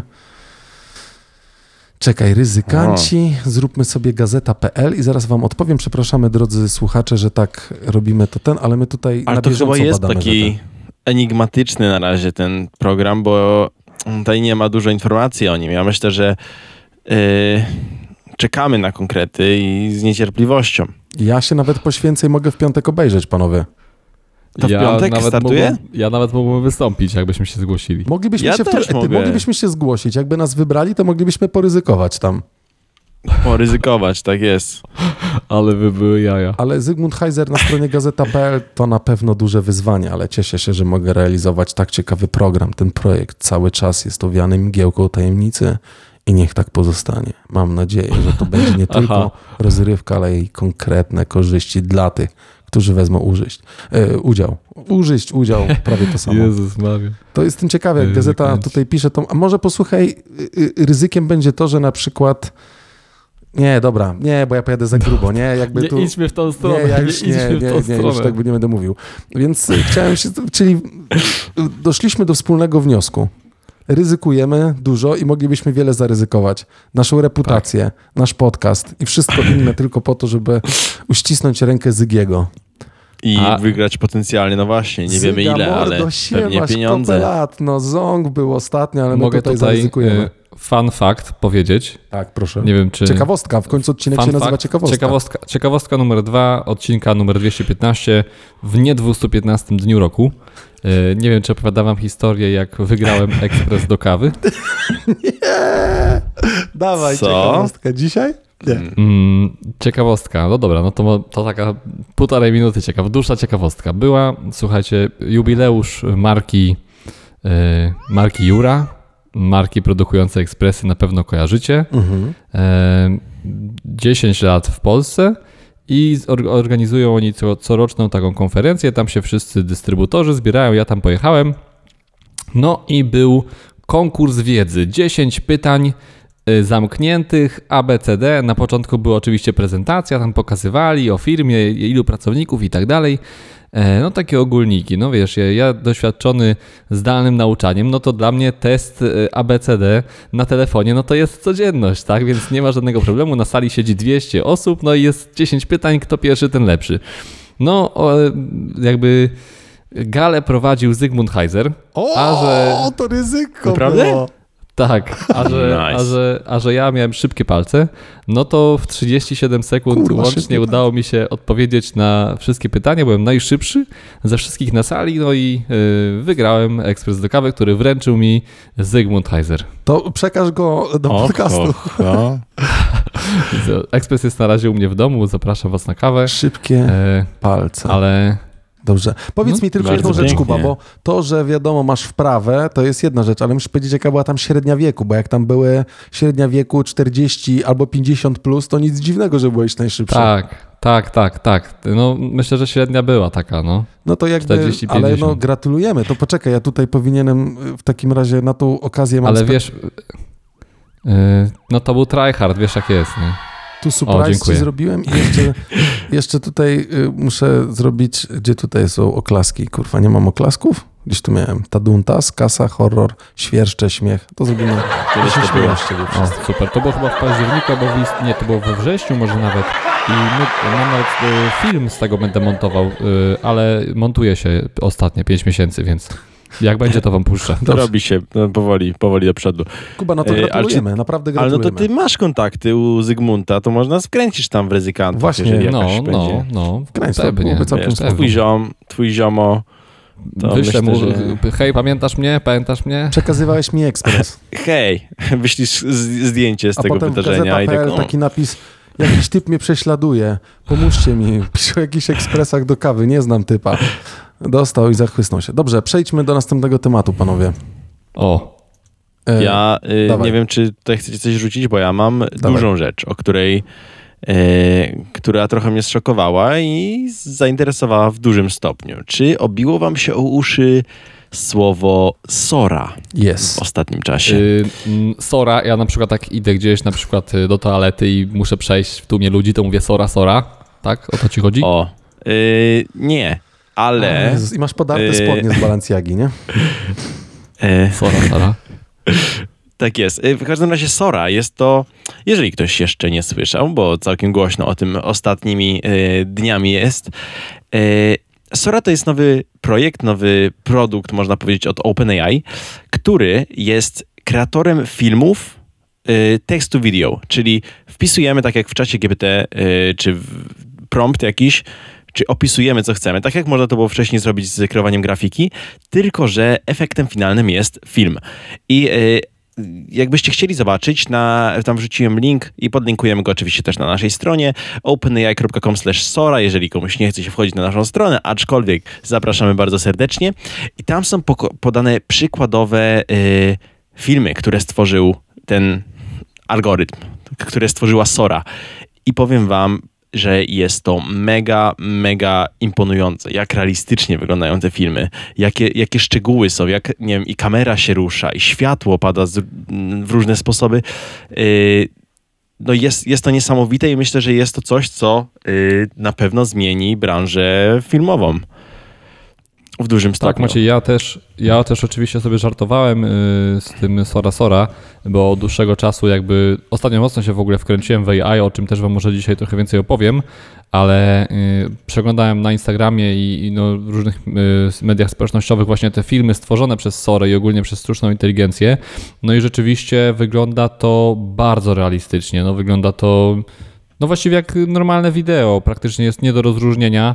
B: Czekaj, ryzykanci, o. zróbmy sobie gazeta kropka pe el i zaraz wam odpowiem. Przepraszamy, drodzy słuchacze, że tak robimy to ten, ale my tutaj
A: ale
B: na
A: to
B: bieżąco
A: chyba jest
B: badamy
A: taki enigmatyczny na razie ten program, bo tutaj nie ma dużo informacji o nim. Ja myślę, że yy, czekamy na konkrety i z niecierpliwością.
B: Ja się nawet poświęcę i mogę w piątek obejrzeć, panowie.
A: To w
C: ja
A: piątek
C: nawet
A: startuje?
C: Mógłbym, ja nawet mógłbym wystąpić, jakbyśmy się zgłosili.
B: Moglibyśmy,
A: Ja
B: się, w
A: też
B: tym,
A: mogę.
B: moglibyśmy się zgłosić. Jakby nas wybrali, to moglibyśmy poryzykować tam.
A: O, ryzykować, tak jest.
C: Ale by były jaja.
B: Ale Zygmunt Heiser na stronie gazeta kropka pe el to na pewno duże wyzwanie, ale cieszę się, że mogę realizować tak ciekawy program. Ten projekt cały czas jest owiany mgiełką tajemnicy i niech tak pozostanie. Mam nadzieję, że to będzie nie tylko rozrywka, ale i konkretne korzyści dla tych, którzy wezmą użyć, e, udział. Użyć, udział, prawie to samo.
C: Jezus Maria.
B: To jest tym ciekawe, jak gazeta tutaj pisze to, a może posłuchaj, y, y, ryzykiem będzie to, że na przykład nie, dobra, nie, bo ja pojadę za grubo, nie, jakby
C: Nie
B: tu...
C: idźmy w tą stronę,
B: Nie, ja już
C: nie,
B: nie,
C: idźmy
B: nie,
C: w tą
B: nie,
C: stronę.
B: już tak by nie będę mówił. Więc y, chciałem się, czyli y, doszliśmy do wspólnego wniosku. Ryzykujemy dużo i moglibyśmy wiele zaryzykować. Naszą reputację, tak. nasz podcast i wszystko inne tylko po to, żeby uścisnąć rękę Zygiego.
A: I
C: A.
A: wygrać potencjalnie, no właśnie, nie
B: Zyga,
A: wiemy ile,
B: mordo,
A: ale pewnie pieniądze.
B: Lat. No ząg był ostatnio, ale
C: Mogę
B: my tutaj,
C: tutaj
B: zaryzykujemy.
C: y, fun fact powiedzieć.
B: Tak, proszę.
C: Nie wiem, czy...
B: Ciekawostka, w końcu odcinek
C: Fun
B: się nazywa
C: fact,
B: Ciekawostka.
C: Ciekawostka, ciekawostka numer dwa, odcinka numer dwieście piętnaście w nie dwieście piętnastym dniu roku. Y, nie wiem, czy opowiadam wam historię, jak wygrałem ekspres do kawy.
B: Nie! Dawaj,
A: Co?
B: ciekawostka. Dzisiaj? Nie.
C: Mm, ciekawostka, no dobra, no to, mo- to taka półtorej minuty ciekaw, dłuższa ciekawostka. Była, słuchajcie, jubileusz marki, yy, marki Jura, marki produkującej ekspresy, na pewno kojarzycie.
B: Mhm.
C: Yy, dziesięć lat w Polsce i zor- organizują oni co, coroczną taką konferencję, tam się wszyscy dystrybutorzy zbierają, ja tam pojechałem. No i był konkurs wiedzy, dziesięć pytań zamkniętych, A B C D. Na początku była oczywiście prezentacja, tam pokazywali o firmie, ilu pracowników i tak dalej. No takie ogólniki, no wiesz, ja, ja doświadczony zdalnym nauczaniem, no to dla mnie test A B C D na telefonie, no to jest codzienność, tak, więc nie ma żadnego problemu, na sali siedzi dwieście osób, no i jest dziesięć pytań, kto pierwszy, ten lepszy. No jakby galę prowadził Zygmunt Heiser,
B: O,
C: a że...
B: to ryzyko
A: Naprawdę?
B: było.
C: Tak, a że,
A: Nice.
C: a, że, a że ja miałem szybkie palce, no to w trzydzieści siedem sekund
B: Kurwa,
C: łącznie
B: szybkie
C: udało mi się odpowiedzieć na wszystkie pytania. Byłem najszybszy ze wszystkich na sali, no i yy, wygrałem ekspres do kawy, który wręczył mi Zygmunt Heiser.
B: To przekaż go do
A: Och,
B: podcastu.
A: och, och.
C: Ekspres jest na razie u mnie w domu, zapraszam was na kawę,
B: Szybkie
C: yy,
B: palce.
C: ale...
B: Dobrze. Powiedz
C: No,
B: mi tylko
A: bardzo
B: jedną rzecz,
A: pięknie.
B: Kuba, bo to, że wiadomo, masz wprawę, to jest jedna rzecz, ale musisz powiedzieć, jaka była tam średnia wieku, bo jak tam były średnia wieku czterdzieści albo pięćdziesiąt plus, to nic dziwnego, że byłeś najszybszy.
C: Tak, tak, tak, tak. No myślę, że średnia była taka, no.
B: No to jakby,
C: czterdzieści
B: ale
C: pięćdziesiąt.
B: no gratulujemy. To poczekaj, ja tutaj powinienem w takim razie na tą okazję mam...
C: Ale
B: spe-
C: wiesz, yy, no to był tryhard, wiesz jak jest, nie?
B: Tu surprise ci
C: dziękuję.
B: zrobiłem i jeszcze, jeszcze tutaj y, muszę zrobić, gdzie tutaj są oklaski. Kurwa, nie mam oklasków? Gdzieś tu miałem. Taduntas, kasa, horror, świerszcze, śmiech. To zrobimy.
A: Kiedyś
B: się
A: to było.
B: śmiejesz z ciebie
C: O,
B: wszyscy.
C: super. To było chyba w październiku, albo w list... nie, to było we wrześniu może nawet. I my, mam nawet y, film z tego będę montował, y, ale montuje się ostatnie pięć miesięcy, więc jak będzie, to wam puszczę.
A: To
B: Dobrze.
A: robi się no, powoli, powoli do przodu.
B: Kuba, no to
A: E, ale
B: gratulujemy, naprawdę
A: Ale no
B: gratulujemy.
A: to ty masz kontakty u Zygmunta, to można wkręcić tam w ryzykantów,
B: Właśnie.
A: jeżeli
C: No,
A: jakaś
C: no,
A: będzie.
C: no.
B: Wkręć, to
C: Pewnie.
B: byłoby całkiem
A: Wiesz,
B: spoko.
A: twój ziom, twój ziomo, to
C: Wyślę mu,
A: myślę, że...
C: hej, pamiętasz mnie? Pamiętasz mnie?
B: Przekazywałeś mi ekspres,
A: Hej, wyślisz z- zdjęcie z
B: a
A: tego
B: potem w
A: wydarzenia i tak,
B: gazeta.pl
A: no,
B: taki napis, jakiś typ mnie prześladuje, pomóżcie mi, pisze o jakichś ekspresach do kawy, nie znam typa. Dostał i zachłysnął się. Dobrze, przejdźmy do następnego tematu, panowie.
C: O,
B: E,
A: ja y,
B: dawaj.
A: nie wiem, czy tutaj chcecie coś rzucić, bo ja mam
B: Dawaj.
A: dużą rzecz, o której, y, która trochę mnie zszokowała i zainteresowała w dużym stopniu. Czy obiło wam się o uszy słowo Sora
B: Yes.
A: w ostatnim czasie?
C: y, mm, Sora, ja na przykład tak idę gdzieś na przykład y, do toalety i muszę przejść w tłumie ludzi, to mówię Sora, Sora, tak? O to ci chodzi?
A: O, y, nie, ale...
B: Jezus, i masz podarte
A: y-
B: spodnie z Balenciagi, nie?
A: y,
C: Sora, Sora.
A: Tak jest. W każdym razie Sora jest to, jeżeli ktoś jeszcze nie słyszał, bo całkiem głośno o tym ostatnimi e, dniami jest. E, Sora to jest nowy projekt, nowy produkt, można powiedzieć, od OpenAI, który jest kreatorem filmów e, tekstu video, czyli wpisujemy, tak jak w czacie G P T, e, czy w prompt jakiś, czy opisujemy, co chcemy, tak jak można to było wcześniej zrobić z kreowaniem grafiki, tylko że efektem finalnym jest film. I yy, jakbyście chcieli zobaczyć, na, tam wrzuciłem link i podlinkujemy go oczywiście też na naszej stronie openai kropka com slash sora, jeżeli komuś nie chce się wchodzić na naszą stronę, aczkolwiek zapraszamy bardzo serdecznie. I tam są poko- podane przykładowe yy, filmy, które stworzył ten algorytm, które stworzyła Sora. I powiem wam, że jest to mega, mega imponujące, jak realistycznie wyglądają te filmy, jakie, jakie szczegóły są, jak, nie wiem, i kamera się rusza, i światło pada z, w różne sposoby. Yy, no jest, jest to niesamowite i myślę, że jest to coś, co yy, na pewno zmieni branżę filmową. W dużym stopniu.
C: Tak, Maciej, ja też, ja też oczywiście sobie żartowałem y, z tym Sora Sora, bo od dłuższego czasu jakby ostatnio mocno się w ogóle wkręciłem w A I, o czym też wam może dzisiaj trochę więcej opowiem, ale y, przeglądałem na Instagramie i, i no, w różnych y, mediach społecznościowych właśnie te filmy stworzone przez Sorę i ogólnie przez sztuczną inteligencję, no i rzeczywiście wygląda to bardzo realistycznie, no wygląda to... No właściwie jak normalne wideo, praktycznie jest nie do rozróżnienia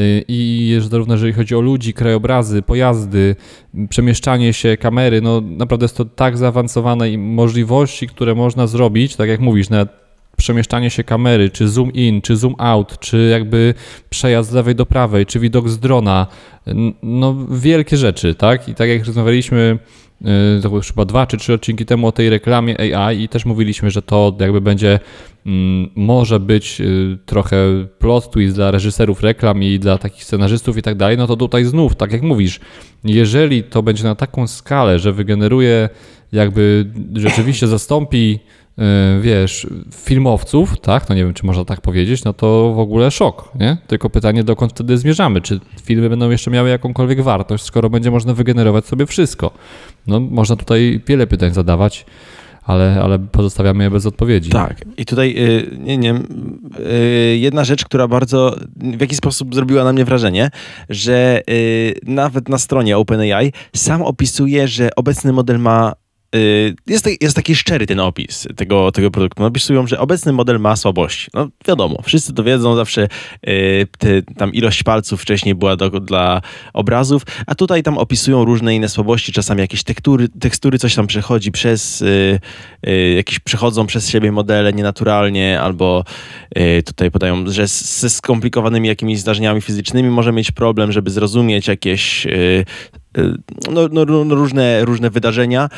C: i zarówno jeżeli chodzi o ludzi, krajobrazy, pojazdy, przemieszczanie się, kamery, no naprawdę jest to tak zaawansowane i możliwości, które można zrobić, tak jak mówisz, nawet przemieszczanie się kamery, czy zoom in, czy zoom out, czy jakby przejazd z lewej do prawej, czy widok z drona, no wielkie rzeczy, tak? I tak jak rozmawialiśmy to już chyba dwa czy trzy odcinki temu o tej reklamie A I i też mówiliśmy, że to jakby będzie, mm, może być y, trochę plot twist dla reżyserów reklam i dla takich scenarzystów i tak dalej, no to tutaj znów, tak jak mówisz, jeżeli to będzie na taką skalę, że wygeneruje jakby rzeczywiście zastąpi wiesz, filmowców, tak, no nie wiem, czy można tak powiedzieć, no to w ogóle szok, nie? Tylko pytanie, dokąd wtedy zmierzamy? Czy filmy będą jeszcze miały jakąkolwiek wartość, skoro będzie można wygenerować sobie wszystko? No, można tutaj wiele pytań zadawać, ale, ale pozostawiamy je bez odpowiedzi.
A: Tak. I tutaj, nie, nie, jedna rzecz, która bardzo, w jakiś sposób zrobiła na mnie wrażenie, że nawet na stronie OpenAI sam opisuje, że obecny model ma Jest, jest taki szczery ten opis tego, tego produktu. Opisują, że obecny model ma słabości. No wiadomo, wszyscy to wiedzą, zawsze y, te, tam ilość palców wcześniej była do, dla obrazów, a tutaj tam opisują różne inne słabości, czasami jakieś tektury, tekstury, coś tam przechodzi przez, y, y, jakieś przechodzą przez siebie modele nienaturalnie, albo y, tutaj podają, że z, ze skomplikowanymi jakimiś zdarzeniami fizycznymi może mieć problem, żeby zrozumieć jakieś y, y, no, no, no, różne, różne wydarzenia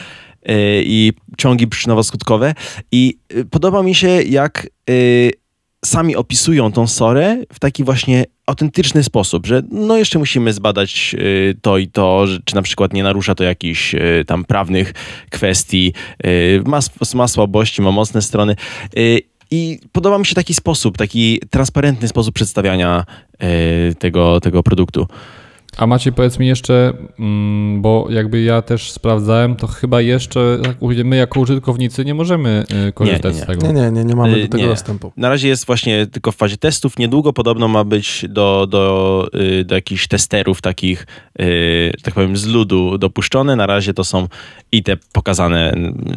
A: i ciągi przyczynowo-skutkowe. I podoba mi się, jak y, sami opisują tą Sorę w taki właśnie autentyczny sposób, że no jeszcze musimy zbadać y, to i to, że, czy na przykład nie narusza to jakichś y, tam prawnych kwestii, y, ma, ma słabości, ma mocne strony. Y, I podoba mi się taki sposób, taki transparentny sposób przedstawiania y, tego, tego produktu.
C: A Maciej, powiedz mi jeszcze, bo jakby ja też sprawdzałem, to chyba jeszcze my jako użytkownicy nie możemy korzystać
A: nie, nie,
C: z tego.
B: Nie, nie, nie, nie mamy do tego
A: nie.
B: dostępu.
A: Na razie jest właśnie tylko w fazie testów. Niedługo podobno ma być do, do, do jakichś testerów takich, że tak powiem, z ludu dopuszczone. Na razie to są i te pokazane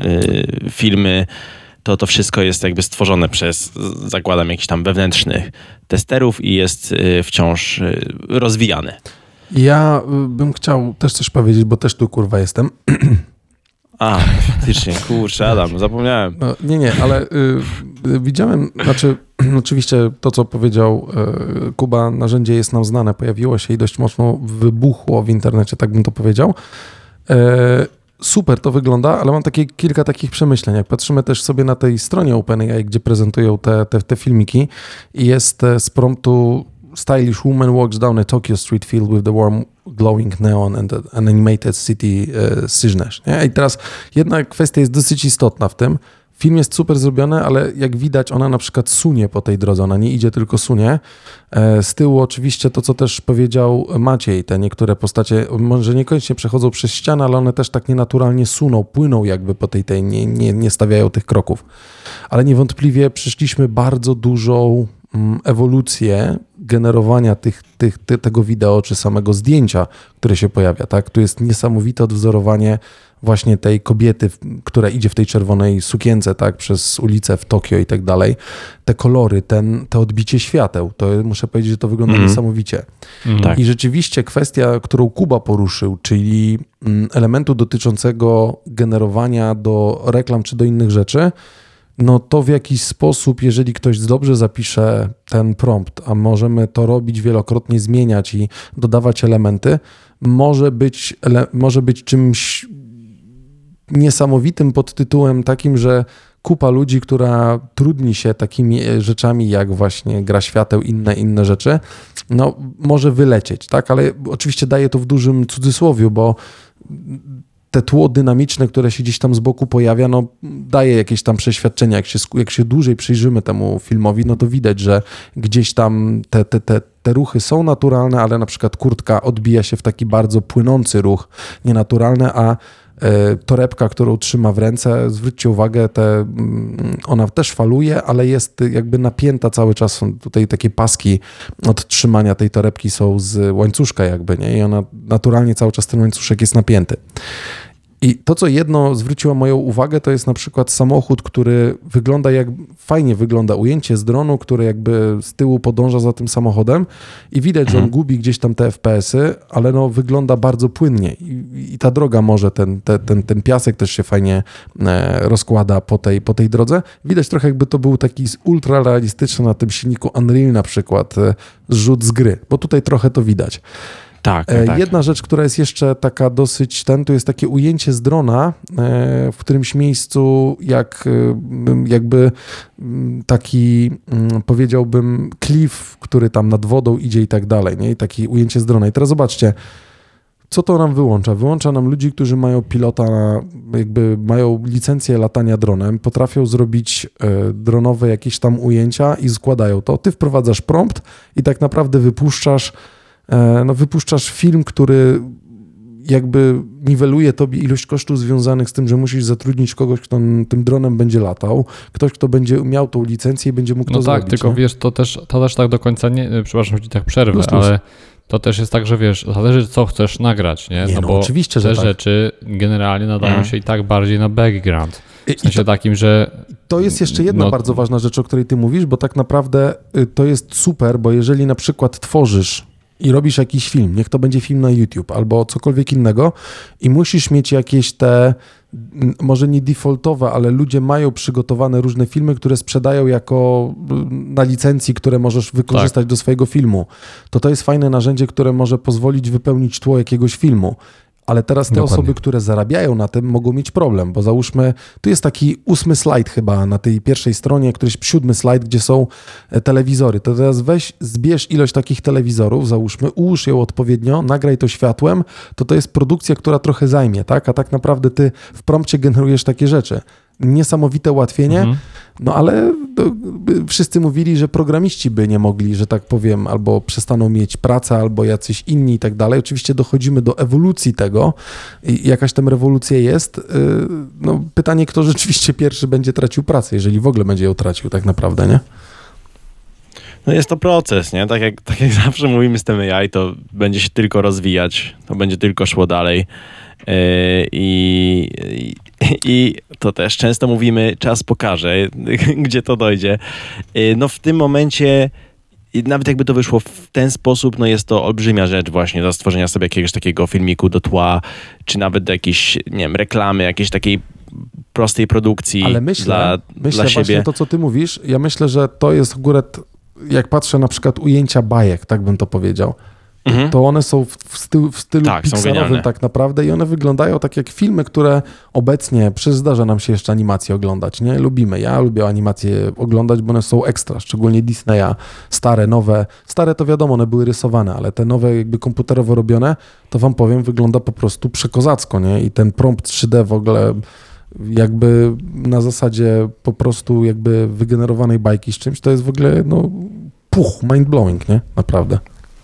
A: filmy. To, to wszystko jest jakby stworzone przez, zakładam, jakichś tam wewnętrznych testerów i jest wciąż rozwijane.
B: Ja bym chciał też coś powiedzieć, bo też tu kurwa jestem.
A: A, faktycznie, kurczę, Adam, zapomniałem.
B: No, nie, nie, ale y, y, widziałem, znaczy oczywiście to, co powiedział y, Kuba, narzędzie jest nam znane, pojawiło się i dość mocno wybuchło w internecie, tak bym to powiedział. Y, super to wygląda, ale mam takie kilka takich przemyśleń. Jak patrzymy też sobie na tej stronie OpenAI, gdzie prezentują te, te, te filmiki i jest z promptu Stylish woman walks down a Tokyo street filled with the warm glowing neon and an animated city uh, Syżnerz. I teraz jedna kwestia jest dosyć istotna w tym. Film jest super zrobiony, ale jak widać ona na przykład sunie po tej drodze, ona nie idzie, tylko sunie. Z tyłu oczywiście to, co też powiedział Maciej, te niektóre postacie może niekoniecznie przechodzą przez ścianę, ale one też tak nienaturalnie suną, płyną jakby po tej, tej nie, nie, nie stawiają tych kroków. Ale niewątpliwie przeszliśmy bardzo dużą ewolucję generowania tych, tych, te, tego wideo czy samego zdjęcia, które się pojawia. Tak? Tu jest niesamowite odwzorowanie właśnie tej kobiety, która idzie w tej czerwonej sukience, tak, przez ulicę w Tokio i tak dalej, te kolory, ten, te odbicie świateł, to muszę powiedzieć, że to wygląda mm. niesamowicie.
C: Mm.
A: Tak.
B: I rzeczywiście kwestia, którą Kuba poruszył, czyli elementu dotyczącego generowania do reklam czy do innych rzeczy, no to w jakiś sposób, jeżeli ktoś dobrze zapisze ten prompt, a możemy to robić wielokrotnie, zmieniać i dodawać elementy, może być, ele, może być czymś niesamowitym pod tytułem takim, że kupa ludzi, która trudni się takimi rzeczami jak właśnie gra świateł, inne inne rzeczy, no może wylecieć, tak? Ale oczywiście daję to w dużym cudzysłowiu, bo te tło dynamiczne, które się gdzieś tam z boku pojawia, no daje jakieś tam przeświadczenia. Jak się, jak się dłużej przyjrzymy temu filmowi, no to widać, że gdzieś tam te, te, te, te ruchy są naturalne, ale na przykład kurtka odbija się w taki bardzo płynący ruch, nienaturalny, a torebka, którą trzyma w ręce, zwróćcie uwagę, te, ona też faluje, ale jest jakby napięta cały czas. Są tutaj takie paski od trzymania tej torebki są z łańcuszka jakby, nie? I ona naturalnie cały czas ten łańcuszek jest napięty. I to, co jedno zwróciło moją uwagę, to jest na przykład samochód, który wygląda jak, fajnie wygląda ujęcie z dronu, które jakby z tyłu podąża za tym samochodem i widać, że on gubi gdzieś tam te F P S y, ale no wygląda bardzo płynnie i, i ta droga może, ten, te, ten, ten piasek też się fajnie e, rozkłada po tej, po tej drodze. Widać trochę jakby to był taki ultra realistyczny na tym silniku Unreal na przykład e, zrzut z gry, bo tutaj trochę to widać.
A: Tak, tak, tak.
B: Jedna rzecz, która jest jeszcze taka dosyć, ten, to jest takie ujęcie z drona, w którymś miejscu jak jakby taki, powiedziałbym, klif, który tam nad wodą idzie i tak dalej, nie? I takie ujęcie z drona. I teraz zobaczcie, co to nam wyłącza? Wyłącza nam ludzi, którzy mają pilota, jakby mają licencję latania dronem, potrafią zrobić dronowe jakieś tam ujęcia i składają to. Ty wprowadzasz prompt i tak naprawdę wypuszczasz no wypuszczasz film, który jakby niweluje tobie ilość kosztów związanych z tym, że musisz zatrudnić kogoś, kto tym dronem będzie latał, ktoś, kto będzie miał tą licencję i będzie mógł
C: no
B: to
C: tak,
B: zrobić.
C: Tylko
B: nie?
C: wiesz, to też, to też tak do końca nie, przepraszam, że ci tak przerwę,
B: plus, plus.
C: ale to też jest tak, że wiesz, zależy co chcesz nagrać, nie?
B: nie
C: no,
B: no
C: bo
B: oczywiście,
C: te
B: że tak.
C: rzeczy generalnie nadają
A: mm.
C: się i tak bardziej na background. W sensie
B: to,
C: takim, że...
B: To jest jeszcze jedna
C: no,
B: bardzo ważna rzecz, o której ty mówisz, bo tak naprawdę to jest super, bo jeżeli na przykład tworzysz i robisz jakiś film, niech to będzie film na YouTube albo cokolwiek innego i musisz mieć jakieś te, może nie defaultowe, ale ludzie mają przygotowane różne filmy, które sprzedają jako na licencji, które możesz wykorzystać tak. do swojego filmu. To to jest fajne narzędzie, które może pozwolić wypełnić tło jakiegoś filmu. Ale teraz te
C: Dokładnie.
B: osoby, które zarabiają na tym, mogą mieć problem, bo załóżmy, tu jest taki ósmy slajd chyba na tej pierwszej stronie, któryś siódmy slajd, gdzie są telewizory. To teraz weź, zbierz ilość takich telewizorów, załóżmy, ułóż ją odpowiednio, nagraj to światłem, to to jest produkcja, która trochę zajmie, tak? A tak naprawdę ty w prompcie generujesz takie rzeczy. Niesamowite ułatwienie, mhm. no ale to, wszyscy mówili, że programiści by nie mogli, że tak powiem, albo przestaną mieć pracę, albo jacyś inni i tak dalej. Oczywiście dochodzimy do ewolucji tego i jakaś tam rewolucja jest. No, pytanie, kto rzeczywiście pierwszy będzie tracił pracę, jeżeli w ogóle będzie ją tracił tak naprawdę, nie?
A: No jest to proces, nie? Tak jak, tak jak zawsze mówimy z tym A I, to będzie się tylko rozwijać, to będzie tylko szło dalej. I, i, i to też często mówimy, czas pokaże, gdzie to dojdzie. No w tym momencie, nawet jakby to wyszło w ten sposób, no jest to olbrzymia rzecz właśnie do stworzenia sobie jakiegoś takiego filmiku do tła, czy nawet do jakiejś, nie wiem, reklamy, jakiejś takiej prostej produkcji.
B: Ale myślę,
A: dla,
B: myślę
A: dla
B: właśnie
A: siebie.
B: to, co ty mówisz, ja myślę, że to jest akurat, jak patrzę na przykład ujęcia bajek, tak bym to powiedział, mhm. to one są w, w, stylu, w stylu
A: tak,
B: pixelowym tak naprawdę i one wyglądają tak jak filmy, które obecnie, przecież zdarza nam się jeszcze animacje oglądać, nie? Lubimy, ja lubię animacje oglądać, bo one są ekstra, szczególnie Disneya, stare, nowe, stare to wiadomo, one były rysowane, ale te nowe jakby komputerowo robione, to wam powiem, wygląda po prostu przekozacko, nie? I ten prompt trzy D w ogóle jakby na zasadzie po prostu jakby wygenerowanej bajki z czymś, to jest w ogóle, no, puch, mind-blowing, nie? Naprawdę.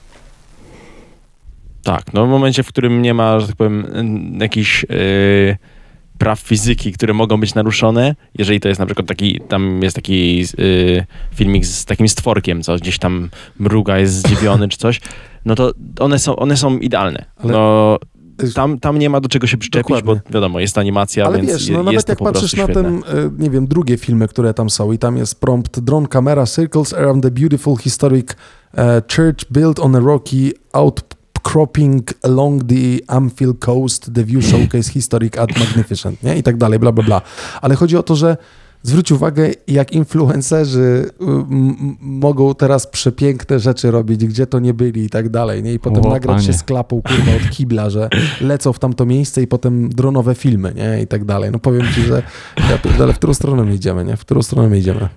A: Tak, no w momencie, w którym nie ma, że tak powiem, jakichś yy, praw fizyki, które mogą być naruszone, jeżeli to jest na przykład taki, tam jest taki yy, filmik z takim stworkiem, co gdzieś tam mruga, jest zdziwiony czy coś, no to one są, one są idealne.
B: Ale...
A: No tam, tam nie ma do czego się przyczepić,
B: Dokładnie.
A: bo wiadomo, jest animacja,
B: Ale
A: więc
B: wiesz, no
A: je,
B: nawet
A: jest
B: jak
A: to po
B: patrzysz
A: prostu
B: na
A: świetne.
B: ten, e, nie wiem, drugie filmy, które tam są i tam jest prompt drone camera circles around the beautiful historic uh, church built on a rocky outcropping along the Amphill coast, the view showcase historic art magnificent, nie? I tak dalej, bla, bla, bla. Ale chodzi o to, że zwróć uwagę, jak influencerzy m- m- mogą teraz przepiękne rzeczy robić, gdzie to nie byli i tak dalej, nie? I potem
C: O,
B: nagrać się
C: panie.
B: z klapą, kurwa, od kibla, że lecą w tamto miejsce i potem dronowe filmy, nie? I tak dalej. No powiem ci, że ja pierdolę, w którą stronę my idziemy, nie? W którą stronę my idziemy?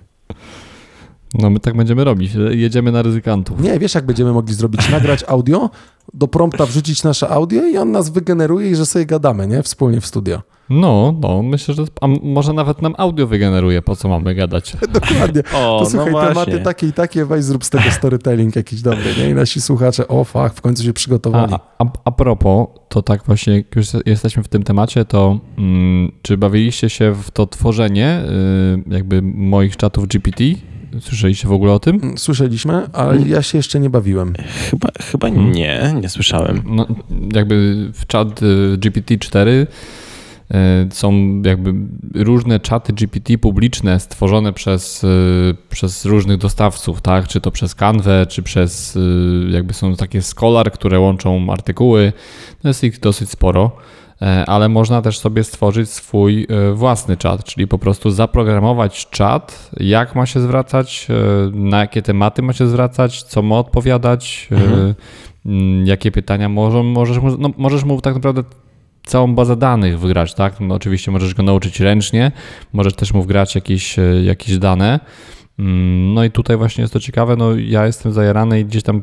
C: No my tak będziemy robić. Jedziemy na ryzykantów.
B: Nie, wiesz, jak będziemy mogli zrobić? Nagrać audio, do prompta wrzucić nasze audio i on nas wygeneruje i że sobie gadamy, nie? Wspólnie w studio.
C: No, no, myślę, że a może nawet nam audio wygeneruje, po co mamy gadać.
B: Dokładnie.
A: O,
B: To słuchaj,
A: no
B: tematy
A: właśnie.
B: takie i takie, weź zrób z tego storytelling jakiś dobry, nie? I nasi słuchacze, o fuck, w końcu się przygotowali.
C: A, a, a propos, to tak właśnie, jak już jesteśmy w tym temacie, to mm, czy bawiliście się w to tworzenie y, jakby moich czatów G P T? Słyszeliście w ogóle o tym?
B: Słyszeliśmy, ale ja się jeszcze nie bawiłem.
A: Chyba, chyba
C: Hmm.
A: nie, nie słyszałem.
C: No, jakby w czat y, G P T cztery y, są jakby różne czaty G P T publiczne stworzone przez, y, przez różnych dostawców, tak? Czy to przez Canwę, czy przez y, jakby są takie Scholar, które łączą artykuły. No jest ich dosyć sporo. Ale można też sobie stworzyć swój własny czat, czyli po prostu zaprogramować czat, jak ma się zwracać, na jakie tematy ma się zwracać, co ma odpowiadać, mhm. jakie pytania może, możesz, mu, no, możesz mu tak naprawdę całą bazę danych wygrać, tak? No, oczywiście możesz go nauczyć ręcznie, możesz też mu wgrać jakieś, jakieś dane. No i tutaj właśnie jest to ciekawe, no ja jestem zajarany i gdzieś tam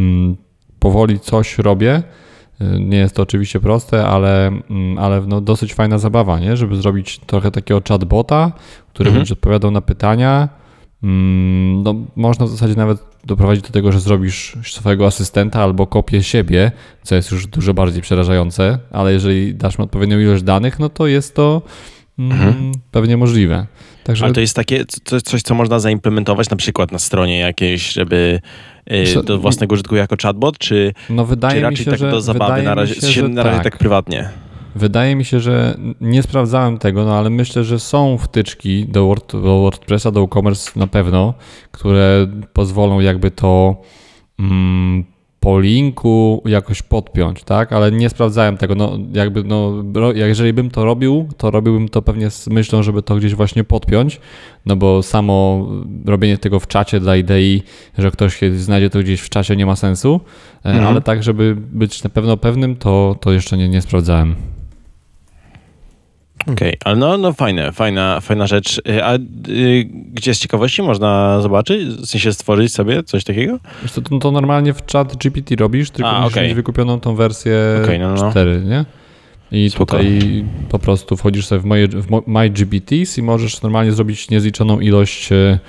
C: powoli coś robię. Nie jest to oczywiście proste, ale, ale no dosyć fajna zabawa, nie? Żeby zrobić trochę takiego chatbota, który mhm. będzie odpowiadał na pytania. No, można w zasadzie nawet doprowadzić do tego, że zrobisz swojego asystenta albo kopię siebie, co jest już dużo bardziej przerażające, ale jeżeli dasz mu odpowiednią ilość danych, no to jest to mhm. mm, pewnie możliwe. Także...
A: Ale to jest takie coś, coś, co można zaimplementować na przykład na stronie jakiejś, żeby yy, do własnego użytku jako chatbot, czy,
C: no wydaje
A: czy
C: mi
A: raczej
C: się,
A: tak
C: że,
A: do zabawy, na razie,
C: się,
A: się, na razie tak. tak prywatnie?
C: Wydaje mi się, że nie sprawdzałem tego, no ale myślę, że są wtyczki do, Word, do WordPressa, do WooCommerce na pewno, które pozwolą jakby to mm, po linku jakoś podpiąć, tak? Ale nie sprawdzałem tego, no jakby no, jeżeli bym to robił, to robiłbym to pewnie z myślą, żeby to gdzieś właśnie podpiąć, no bo samo robienie tego w czacie dla idei, że ktoś znajdzie to gdzieś w czacie, nie ma sensu, mhm. ale tak, żeby być na pewno pewnym, to, to jeszcze nie, nie sprawdzałem.
A: Okej, okay. ale no, no fajne, fajna, fajna rzecz. A y, gdzie z ciekawości można zobaczyć? W sensie stworzyć sobie coś takiego?
C: Wiesz co, to, to normalnie w chat G P T robisz, tylko A, musisz okay. mieć wykupioną tą wersję okay, no, no. cztery, nie? I Spoko. Tutaj po prostu wchodzisz sobie w, moje, w My G P Ts i możesz normalnie zrobić niezliczoną ilość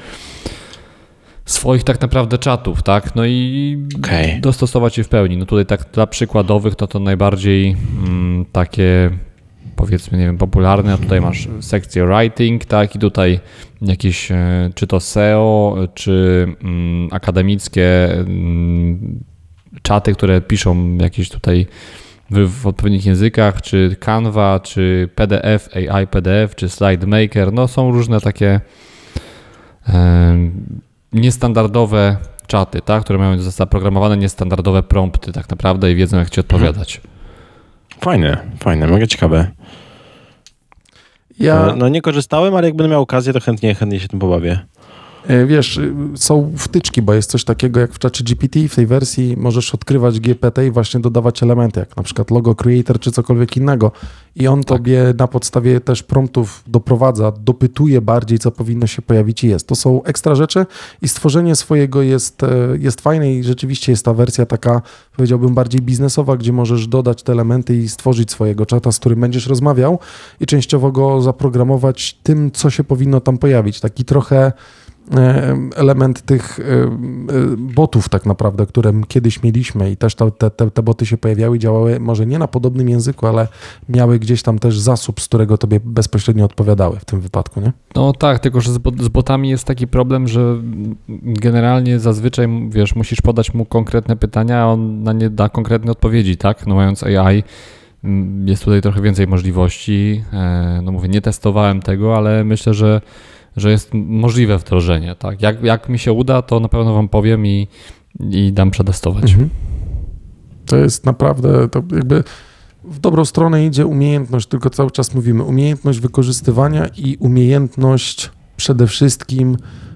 C: swoich tak naprawdę czatów, tak? No i okay. dostosować je w pełni. No tutaj tak dla przykładowych to to najbardziej mm, takie powiedzmy, nie wiem, popularne, a tutaj masz sekcję writing, tak, i tutaj jakieś, czy to S E O, czy mm, akademickie mm, czaty, które piszą jakieś tutaj w, w odpowiednich językach, czy Canva, czy P D F, A I P D F, czy Slide Maker, no są różne takie e, niestandardowe czaty, tak, które mają zaprogramowane niestandardowe prompty tak naprawdę i wiedzą, jak ci odpowiadać.
A: Fajne, fajne, mega ciekawe.
B: Ja...
A: No, no nie korzystałem, ale jak będę miał okazję, to chętnie, chętnie się tym pobawię.
B: Wiesz, są wtyczki, bo jest coś takiego jak w czacie G P T, w tej wersji możesz odkrywać G P T i właśnie dodawać elementy, jak na przykład logo creator czy cokolwiek innego i on tak. tobie na podstawie też promptów doprowadza, dopytuje bardziej, co powinno się pojawić i jest. To są ekstra rzeczy i stworzenie swojego jest, jest fajne i rzeczywiście jest ta wersja taka, powiedziałbym, bardziej biznesowa, gdzie możesz dodać te elementy i stworzyć swojego czata, z którym będziesz rozmawiał i częściowo go zaprogramować tym, co się powinno tam pojawić. Taki trochę element tych botów tak naprawdę, które kiedyś mieliśmy i też te, te, te boty się pojawiały i działały może nie na podobnym języku, ale miały gdzieś tam też zasób, z którego tobie bezpośrednio odpowiadały w tym wypadku, nie?
C: No tak, tylko że z, bot, z botami jest taki problem, że generalnie zazwyczaj, wiesz, musisz podać mu konkretne pytania, a on na nie da konkretne odpowiedzi, tak? No mając A I jest tutaj trochę więcej możliwości. No mówię, nie testowałem tego, ale myślę, że, że jest możliwe wdrożenie. Tak? Jak, jak mi się uda, to na pewno wam powiem i, i dam przetestować.
B: Mhm. To jest naprawdę, to jakby w dobrą stronę idzie umiejętność, tylko cały czas mówimy, umiejętność wykorzystywania i umiejętność przede wszystkim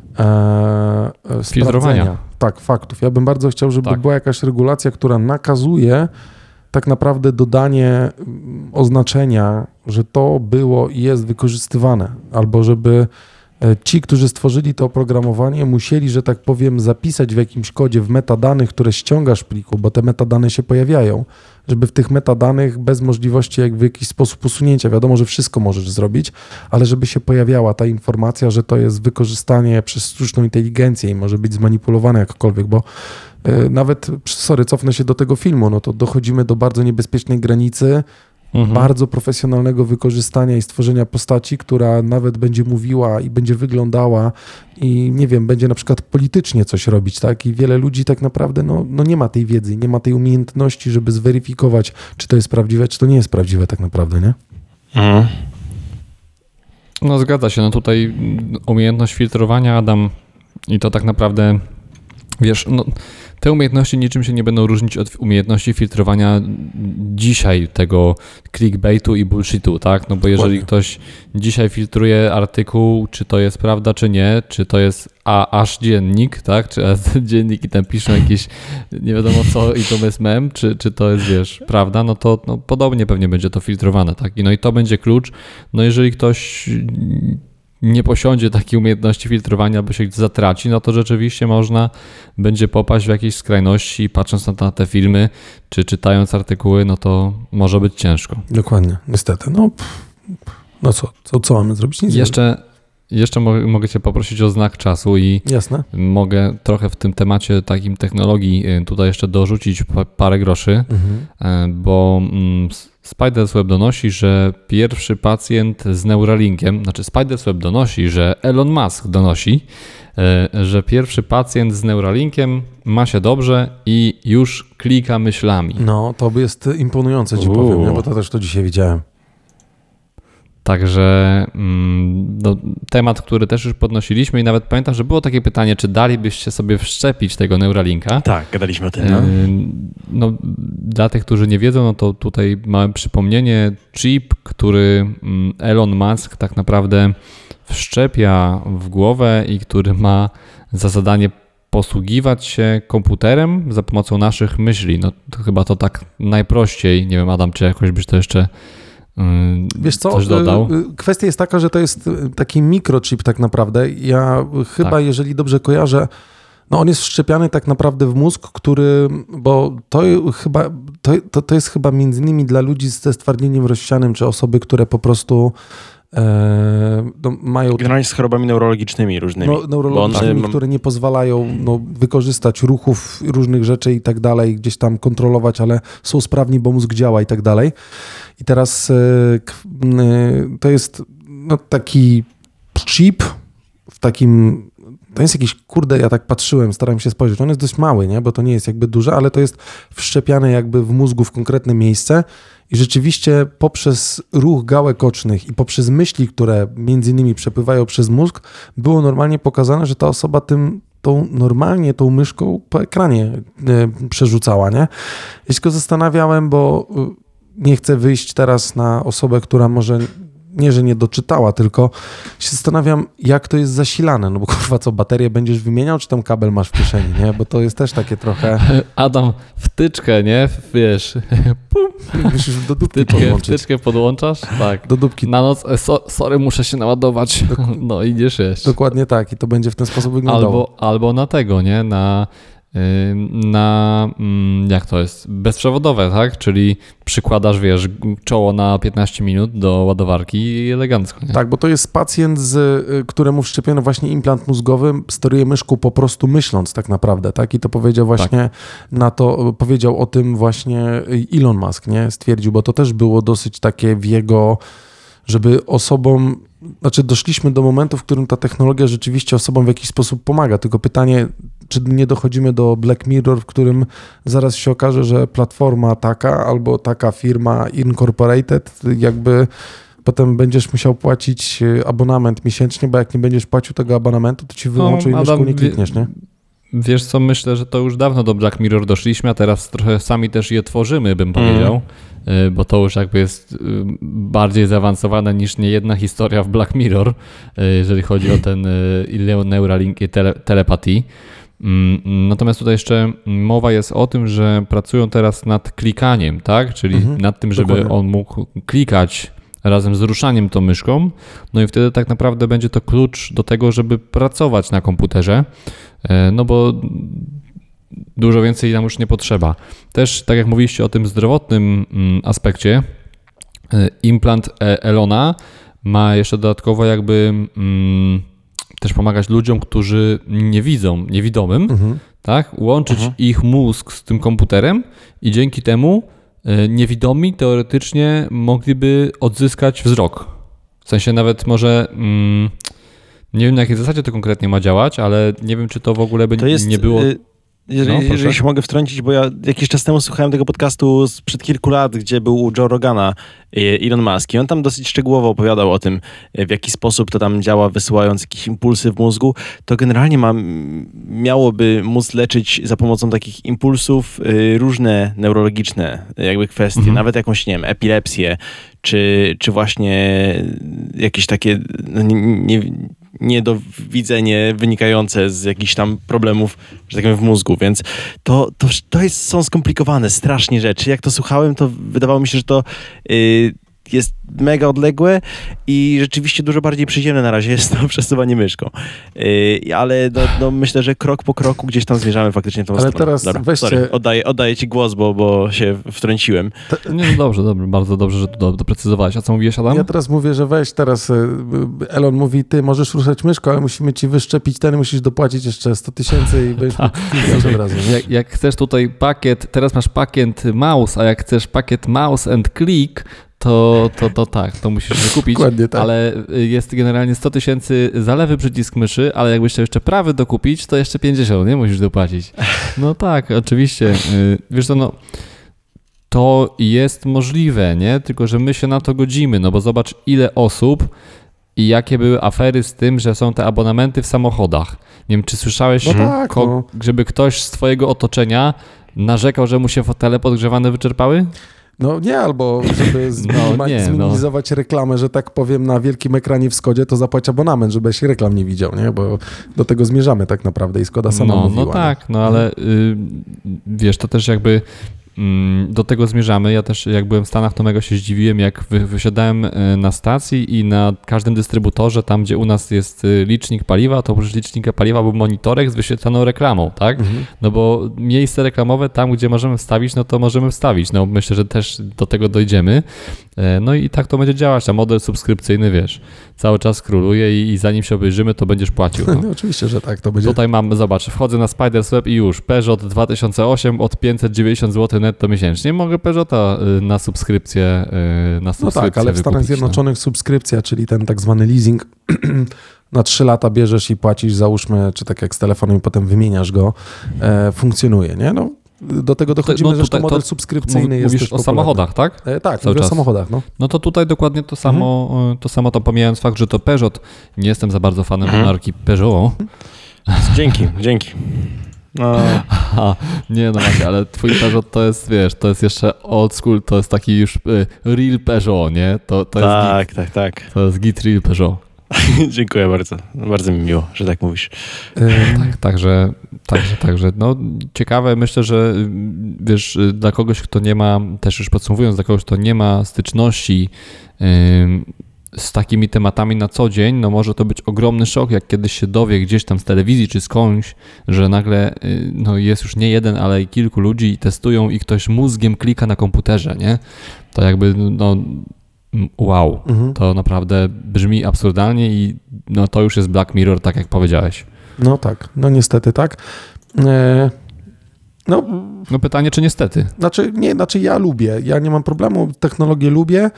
B: e,
C: filtrowania.
B: Tak, faktów. Ja bym bardzo chciał, żeby
C: tak.
B: była jakaś regulacja, która nakazuje tak naprawdę dodanie oznaczenia, że to było i jest wykorzystywane, albo żeby ci, którzy stworzyli to oprogramowanie, musieli, że tak powiem, zapisać w jakimś kodzie, w metadanych, które ściągasz w pliku, bo te metadane się pojawiają, żeby w tych metadanych bez możliwości jakby w jakiś sposób usunięcia, wiadomo, że wszystko możesz zrobić, ale żeby się pojawiała ta informacja, że to jest wykorzystanie przez sztuczną inteligencję i może być zmanipulowane jakkolwiek, bo yy, nawet, sorry, cofnę się do tego filmu, no to dochodzimy do bardzo niebezpiecznej granicy, Mhm. bardzo profesjonalnego wykorzystania i stworzenia postaci, która nawet będzie mówiła i będzie wyglądała i nie wiem, będzie na przykład politycznie coś robić, tak? I wiele ludzi tak naprawdę no, no nie ma tej wiedzy, nie ma tej umiejętności, żeby zweryfikować, czy to jest prawdziwe, czy to nie jest prawdziwe tak naprawdę, nie?
A: Mhm.
C: No zgadza się, no tutaj umiejętność filtrowania, Adam, i to tak naprawdę, wiesz, no te umiejętności niczym się nie będą różnić od umiejętności filtrowania dzisiaj tego clickbaitu i bullshitu, tak? No bo jeżeli Ładnie. Ktoś dzisiaj filtruje artykuł, czy to jest prawda, czy nie, czy to jest a, aż dziennik, tak? Czy dziennik i tam piszą jakieś nie wiadomo co i to jest mem, czy, czy to jest, wiesz, prawda, no to no, podobnie pewnie będzie to filtrowane, tak? I no i to będzie klucz. No jeżeli ktoś nie posiądzie takiej umiejętności filtrowania, albo się zatraci, no to rzeczywiście można będzie popaść w jakieś skrajności i patrząc na, na te filmy, czy czytając artykuły, no to może być ciężko.
B: Dokładnie, niestety. No, no co, co, co mamy zrobić? Nic
C: jeszcze jeszcze mo- mogę cię poprosić o znak czasu i
B: Jasne.
C: mogę trochę w tym temacie takim technologii tutaj jeszcze dorzucić pa- parę groszy, mhm. bo mm, Spiders Web donosi, że pierwszy pacjent z Neuralinkiem, znaczy Spiders Web donosi, że Elon Musk donosi, że pierwszy pacjent z Neuralinkiem ma się dobrze i już klika myślami.
B: No, to jest imponujące, ci powiem, nie? Bo to też to dzisiaj widziałem.
C: Także no, temat, który też już podnosiliśmy i nawet pamiętam, że było takie pytanie, czy dalibyście sobie wszczepić tego Neuralinka.
A: Tak, gadaliśmy o tym. No.
C: No, dla tych, którzy nie wiedzą, no to tutaj małe przypomnienie. Chip, który Elon Musk tak naprawdę wszczepia w głowę i który ma za zadanie posługiwać się komputerem za pomocą naszych myśli. No to chyba to tak najprościej. Nie wiem, Adam, czy jakoś byś to jeszcze
B: Wiesz co,
C: coś dodał?
B: Kwestia jest taka, że to jest taki mikrochip tak naprawdę. Ja chyba, tak. jeżeli dobrze kojarzę, no on jest wszczepiany tak naprawdę w mózg, który, bo to chyba, to, to, to jest chyba między innymi dla ludzi ze stwardnieniem rozsianym, czy osoby, które po prostu e, no, mają...
A: Generalnie z chorobami neurologicznymi różnymi.
B: No, neurologicznymi, one... które nie pozwalają no, wykorzystać ruchów, różnych rzeczy i tak dalej, gdzieś tam kontrolować, ale są sprawni, bo mózg działa i tak dalej. I teraz to jest no, taki chip w takim, to jest jakiś, kurde, ja tak patrzyłem, starałem się spojrzeć, on jest dość mały, nie? Bo to nie jest jakby duże, ale to jest wszczepiane jakby w mózgu w konkretne miejsce i rzeczywiście poprzez ruch gałek ocznych i poprzez myśli, które między innymi przepływają przez mózg, było normalnie pokazane, że ta osoba tym tą normalnie tą myszką po ekranie y, przerzucała, nie? Ja się tylko zastanawiałem, bo nie chcę wyjść teraz na osobę, która może nie, że nie doczytała, tylko się zastanawiam, jak to jest zasilane, no bo kurwa co, baterię będziesz wymieniał, czy tam kabel masz w kieszeni, nie? Bo to jest też takie trochę...
C: Adam, wtyczkę, nie? Wiesz, pum.
B: Musisz do dupki
C: wtyczkę,
B: podłączyć.
C: Wtyczkę podłączasz? Tak.
B: Do dupki.
C: Na noc, so, sorry, muszę się naładować. Dok- no idziesz jeść.
B: Dokładnie tak i to będzie w ten sposób wyglądało.
C: Albo, albo na tego, nie? Na... na, jak to jest, bezprzewodowe, tak? Czyli przykładasz, wiesz, czoło na piętnaście minut do ładowarki i elegancko, nie?
B: Tak, bo to jest pacjent, z, któremu wszczepiono właśnie implant mózgowy, steruje myszką po prostu myśląc tak naprawdę, tak? I to powiedział właśnie tak. na to, powiedział o tym właśnie Elon Musk, nie? Stwierdził, bo to też było dosyć takie w jego, żeby osobom, znaczy doszliśmy do momentu, w którym ta technologia rzeczywiście osobom w jakiś sposób pomaga, tylko pytanie, czy nie dochodzimy do Black Mirror, w którym zaraz się okaże, że platforma taka albo taka firma incorporated jakby potem będziesz musiał płacić abonament miesięcznie, bo jak nie będziesz płacił tego abonamentu, to ci wyłączy no, i myszką nie klikniesz, nie?
C: Wiesz co, myślę, że to już dawno do Black Mirror doszliśmy, a teraz trochę sami też je tworzymy, bym powiedział, mm. bo to już jakby jest bardziej zaawansowane niż niejedna historia w Black Mirror, jeżeli chodzi o ten Neuralink i tele, telepatii. Natomiast tutaj jeszcze mowa jest o tym, że pracują teraz nad klikaniem, tak? Czyli mhm, nad tym, żeby dokładnie. On mógł klikać razem z ruszaniem tą myszką, no i wtedy tak naprawdę będzie to klucz do tego, żeby pracować na komputerze, no bo dużo więcej nam już nie potrzeba. Też tak jak mówiliście o tym zdrowotnym aspekcie, implant Elona ma jeszcze dodatkowo jakby mm, też pomagać ludziom, którzy nie widzą, niewidomym, mhm. tak? Łączyć mhm. ich mózg z tym komputerem i dzięki temu niewidomi teoretycznie mogliby odzyskać wzrok. W sensie nawet może, mm, nie wiem na jakiej zasadzie to konkretnie ma działać, ale nie wiem, czy to w ogóle by jest, nie było... Y-
A: Jeżeli, no, jeżeli się mogę wtrącić, bo ja jakiś czas temu słuchałem tego podcastu sprzed kilku lat, gdzie był u Joe Rogana Elon Musk i on tam dosyć szczegółowo opowiadał o tym, w jaki sposób to tam działa, wysyłając jakieś impulsy w mózgu. To generalnie ma, miałoby móc leczyć za pomocą takich impulsów różne neurologiczne jakby kwestie, mhm. nawet jakąś, nie wiem, epilepsję, czy, czy właśnie jakieś takie no, nie, nie niedowidzenie wynikające z jakichś tam problemów, że tak powiem, w mózgu, więc to, to, to jest, są skomplikowane strasznie rzeczy. Jak to słuchałem, to wydawało mi się, że to yy, jest mega odległe i rzeczywiście dużo bardziej przyziemne na razie jest to przesuwanie myszką. Yy, ale no, no myślę, że krok po kroku gdzieś tam zmierzamy faktycznie w tą
B: ale
A: stronę.
B: Teraz
A: Dobra,
B: weźcie...
A: sorry, oddaję, oddaję ci głos, bo, bo się wtrąciłem.
C: To... Nie, no dobrze, dobrze, bardzo dobrze, że to doprecyzowałeś. A co mówiłeś, Adam?
B: Ja teraz mówię, że weź teraz, Elon mówi, ty możesz ruszać myszką, ale musimy ci wyszczepić ten, musisz dopłacić jeszcze sto tysięcy i będziesz mógł od razu.
C: Jak, jak chcesz tutaj pakiet, teraz masz pakiet mouse, a jak chcesz pakiet mouse and click, To, to, to tak, to musisz wykupić,
B: tak.
C: Ale jest generalnie sto tysięcy za lewy przycisk myszy, ale jakbyś chciał jeszcze prawy dokupić, to jeszcze pięćdziesiąt, nie? Musisz dopłacić. No tak, oczywiście. Wiesz co, no, to jest możliwe, nie? Tylko że my się na to godzimy, no bo zobacz ile osób i jakie były afery z tym, że są te abonamenty w samochodach. Nie wiem, czy słyszałeś,
B: no tak,
C: ko-
B: no.
C: żeby ktoś z twojego otoczenia narzekał, że mu się fotele podgrzewane wyczerpały?
B: No nie, albo żeby zminima-
C: no, nie,
B: zminimizować no. reklamę, że tak powiem, na wielkim ekranie w Skodzie, to zapłać abonament, żebyś reklam nie widział, nie? Bo do tego zmierzamy tak naprawdę i Skoda sama
C: no,
B: mówiła.
C: No tak, no ale y, wiesz, to też jakby do tego zmierzamy. Ja też jak byłem w Stanach, to mega się zdziwiłem, jak wy, wysiadałem na stacji i na każdym dystrybutorze, tam gdzie u nas jest licznik paliwa, to oprócz licznika paliwa był monitorek z wyświetlaną reklamą, tak? Mhm. No bo miejsce reklamowe tam, gdzie możemy wstawić, no to możemy wstawić. No myślę, że też do tego dojdziemy. No i tak to będzie działać, a model subskrypcyjny, wiesz, cały czas króluje i, i zanim się obejrzymy, to będziesz płacił. No.
B: No, oczywiście, że tak to będzie.
C: Tutaj mam, zobacz, wchodzę na Spidersweb i już, Peugeot dwa tysiące osiem od pięćset dziewięćdziesiąt złotych netto miesięcznie. Mogę Peugeota na subskrypcję na subskrypcję
B: No tak, ale w Stanach
C: wykupić,
B: Zjednoczonych no. subskrypcja, czyli ten tak zwany leasing na trzy lata bierzesz i płacisz, załóżmy, czy tak jak z telefonem i potem wymieniasz go, e, funkcjonuje, nie? No. Do tego dochodzimy, no, że to model subskrypcyjny jest
C: Mówisz o samochodach, tak?
B: E, tak, mówię o samochodach. No.
C: no to tutaj dokładnie to samo, mhm. to samo, to pomijając fakt, że to Peugeot, nie jestem za bardzo fanem mhm. marki Peugeot.
A: Dzięki, dzięki. No.
C: Aha, nie no Macie, ale twój Peugeot to jest, wiesz, to jest jeszcze old school, to jest taki już y, real Peugeot, nie? To, to
A: tak,
C: jest
A: tak, tak.
C: To jest git real Peugeot.
A: Dziękuję bardzo. Bardzo mi miło, że tak mówisz.
C: Tak, także, także, także, no ciekawe, myślę, że wiesz, dla kogoś, kto nie ma, też już podsumowując, dla kogoś, kto nie ma styczności yy, z takimi tematami na co dzień, no może to być ogromny szok, jak kiedyś się dowie gdzieś tam z telewizji czy skądś, że nagle yy, no jest już nie jeden, ale i kilku ludzi i testują i ktoś mózgiem klika na komputerze, nie? To jakby, no wow, mhm. to naprawdę brzmi absurdalnie i no to już jest Black Mirror, tak jak powiedziałeś.
B: No tak, no niestety tak. E, no,
C: no pytanie, czy niestety?
B: Znaczy, nie, znaczy ja lubię, ja nie mam problemu, technologię lubię,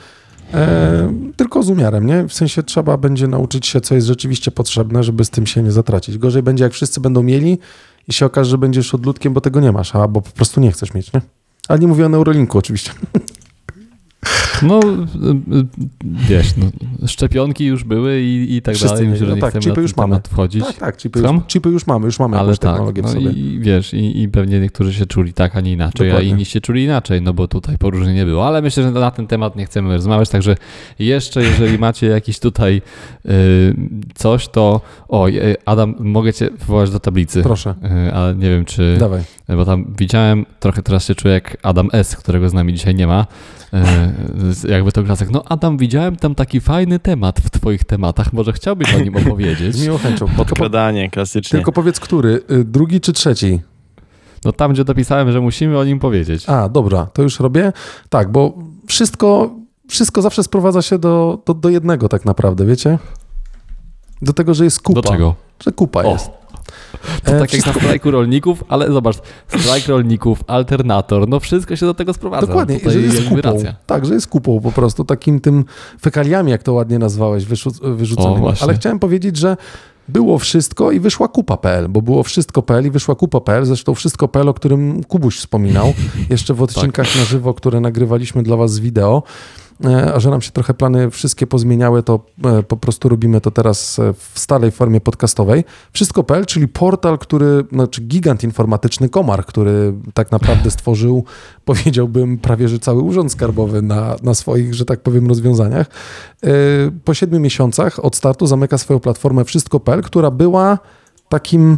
B: e, tylko z umiarem, nie? W sensie trzeba będzie nauczyć się, co jest rzeczywiście potrzebne, żeby z tym się nie zatracić. Gorzej będzie, jak wszyscy będą mieli i się okaże, że będziesz odludkiem, bo tego nie masz, albo po prostu nie chcesz mieć, nie? Ale nie mówię o Neuralinku oczywiście.
C: No, wiesz, no, szczepionki już były i, i tak
B: Wszyscy
C: dalej. Myślę, że
B: no
C: nie
B: tak,
C: chcemy
B: chipy
C: na
B: już
C: ten
B: mamy.
C: temat wchodzić.
B: Tak, tak, chipy już, chipy już mamy, już mamy
C: Ale
B: jakąś
C: tak,
B: technologię
C: no
B: w sobie.
C: i wiesz, i, i pewnie niektórzy się czuli tak, a nie inaczej,
B: Dokładnie.
C: a inni się czuli inaczej, no bo tutaj poróżnień nie było. Ale myślę, że na ten temat nie chcemy rozmawiać, także jeszcze, jeżeli macie jakiś tutaj y, coś, to oj, Adam, mogę cię wywołać do tablicy.
B: Proszę.
C: Y, ale nie wiem, czy...
B: Dawaj.
C: Bo tam widziałem, trochę teraz się czuję jak Adam S., którego z nami dzisiaj nie ma. E, jakby to klasek. No Adam, widziałem tam taki fajny temat w twoich tematach, może chciałbyś o nim opowiedzieć?
B: Z miłą chęcią.
A: Podkradanie, klasycznie.
B: Tylko powiedz, który? Y, Drugi czy trzeci?
C: No tam, gdzie dopisałem, że musimy o nim powiedzieć.
B: A, dobra, to już robię. Tak, bo wszystko, wszystko zawsze sprowadza się do, do, do jednego tak naprawdę, wiecie? Do tego, że jest kupa.
C: Do czego?
B: Że kupa
C: O.
B: jest.
C: To
B: E,
C: tak jak na strajku rolników, ale zobacz, strajk rolników, alternator, no wszystko się do tego sprowadza.
B: Dokładnie,
C: Tutaj
B: że jest
C: jakby
B: kupą.
C: racja.
B: Tak, że jest kupą po prostu, takim tym fekaliami, jak to ładnie nazwałeś, wyrzu- wyrzuconymi.
C: właśnie.
B: Ale chciałem powiedzieć, że było wszystko i wyszła kupa kropka pe el, bo było wszystko kropka pe el i wyszła kupa kropka pe el, zresztą wszystko kropka pe el, o którym Kubuś wspominał, jeszcze w odcinkach
C: Tak.
B: na żywo, które nagrywaliśmy dla was z wideo. E, A że nam się trochę plany wszystkie pozmieniały, to e, po prostu robimy to teraz e, w stałej formie podcastowej. Wszystko kropka pe el, czyli portal, który, znaczy gigant informatyczny, Komar, który tak naprawdę stworzył, powiedziałbym, prawie że cały urząd skarbowy na, na swoich, że tak powiem, rozwiązaniach. E, Po siedmiu miesiącach od startu zamyka swoją platformę Wszystko kropka pe el, która była takim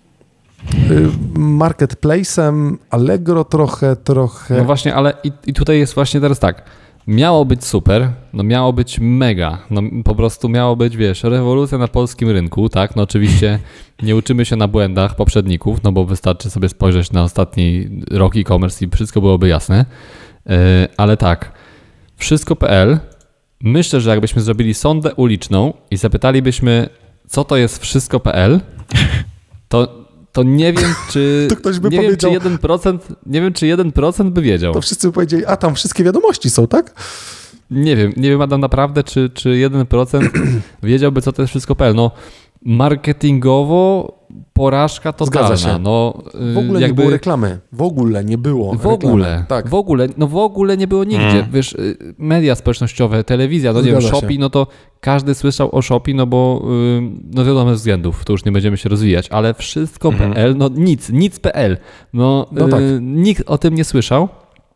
B: y, marketplace'em, Allegro trochę, trochę...
C: No właśnie, ale i, i tutaj jest właśnie teraz tak. Miało być super, no miało być mega, no po prostu miało być, wiesz, rewolucja na polskim rynku, tak? No oczywiście nie uczymy się na błędach poprzedników, no bo wystarczy sobie spojrzeć na ostatni rok e-commerce i wszystko byłoby jasne, yy, ale tak, wszystko kropka pe el, myślę, że jakbyśmy zrobili sondę uliczną i zapytalibyśmy, co to jest wszystko kropka pe el, to to nie wiem, czy
B: To ktoś by
C: nie wiem, czy
B: powiedział-
C: jeden procent, nie wiem, czy jeden procent by wiedział.
B: To wszyscy by powiedzieli, a tam wszystkie wiadomości są, tak?
C: Nie wiem, nie wiem Adam naprawdę, czy, czy jeden procent wiedziałby, co to jest wszystko kropka pe el. No marketingowo porażka totalna.
B: Zgadza się.
C: No,
B: W ogóle
C: jakby,
B: nie było reklamy. W ogóle nie było
C: W ogóle,
B: reklamy. Tak.
C: w ogóle, no w ogóle nie było nigdzie.
A: Mm.
C: Wiesz, y, media społecznościowe, telewizja, no nie wiem,
B: Zgadza się.
C: Shopee, no to każdy słyszał o Shopee, no bo y, no wiadomo ze względów, to już nie będziemy się rozwijać, ale wszystko kropka pe el, no nic, nic kropka pe el. No,
B: No
C: y,
B: tak.
C: nikt o tym nie słyszał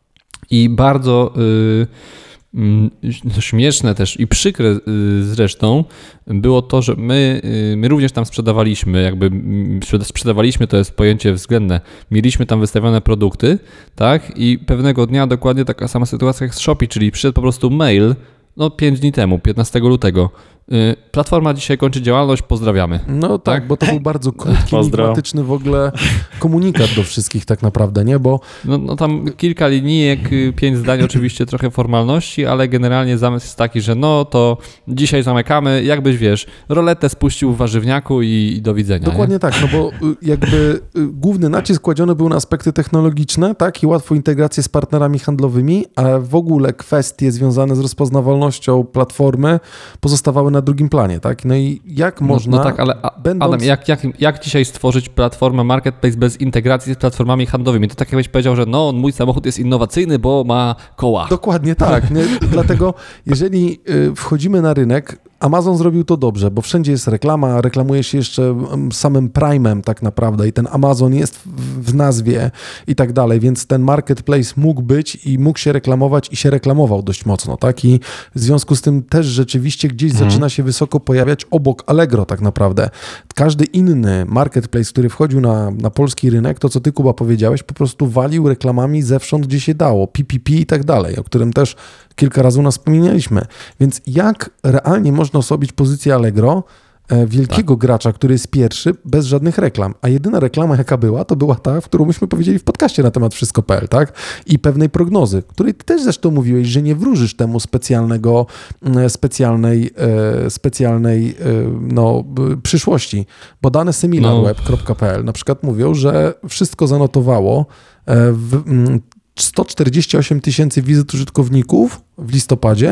C: i bardzo... Y, Mm, śmieszne też i przykre y, zresztą było to, że my, y, my również tam sprzedawaliśmy, jakby mm, sprzeda- sprzedawaliśmy, to jest pojęcie względne, mieliśmy tam wystawione produkty, tak, i pewnego dnia dokładnie taka sama sytuacja jak z Shopee, czyli przyszedł po prostu mail, no pięć dni temu, piętnastego lutego, y, platforma dzisiaj kończy działalność, pozdrawiamy.
B: No tak,
C: Tak?
B: bo to był bardzo krótki,
A: Pozdro.
B: enigmatyczny w ogóle komunikat do wszystkich tak naprawdę, nie? Bo
C: No, no tam kilka linijek, y, pięć zdań, oczywiście trochę formalności, ale generalnie zamysł jest taki, że no to dzisiaj zamykamy, jakbyś wiesz, roletę spuścił w warzywniaku i, i do widzenia.
B: dokładnie
C: Nie?
B: tak, no bo y, jakby y, główny nacisk kładziony był na aspekty technologiczne, tak? I łatwą integrację z partnerami handlowymi, a w ogóle kwestie związane z rozpoznawalnością platformy pozostawały na drugim planie, tak? No i jak
C: No,
B: można...
C: no tak, ale a,
B: będąc-
C: Adam, jak, jak, jak dzisiaj stworzyć platformę marketplace bez integracji z platformami handlowymi? To tak jakbyś powiedział, że no mój samochód jest innowacyjny, bo ma koła.
B: Dokładnie tak. Nie? Dlatego jeżeli y, wchodzimy na rynek, Amazon zrobił to dobrze, bo wszędzie jest reklama, reklamuje się jeszcze mm, samym Prime'em tak naprawdę i ten Amazon jest w, w nazwie i tak dalej, więc ten marketplace mógł być i mógł się reklamować i się reklamował dość mocno, tak? I w związku z tym też rzeczywiście gdzieś
A: Mhm.
B: zaczyna się wysoko pojawiać obok Allegro tak naprawdę. Każdy inny marketplace, który wchodził na, na polski rynek, to co ty, Kuba, powiedziałeś, po prostu walił reklamami zewsząd, gdzie się dało, P P P i tak dalej, o którym też kilka razy u nas wspomnieliśmy. Więc jak realnie można osłabić pozycję Allegro, e, wielkiego gracza, który jest pierwszy, bez żadnych reklam? A jedyna reklama, jaka była, to była ta, w którą myśmy powiedzieli w podcaście na temat wszystko kropka pe el, tak? I pewnej prognozy, której ty też zresztą mówiłeś, że nie wróżysz temu specjalnego, e, specjalnej, e, specjalnej e, no, b- przyszłości, bo dane similarweb kropka pe el na przykład mówią, że wszystko zanotowało e, w mm, sto czterdzieści osiem tysięcy wizyt użytkowników w listopadzie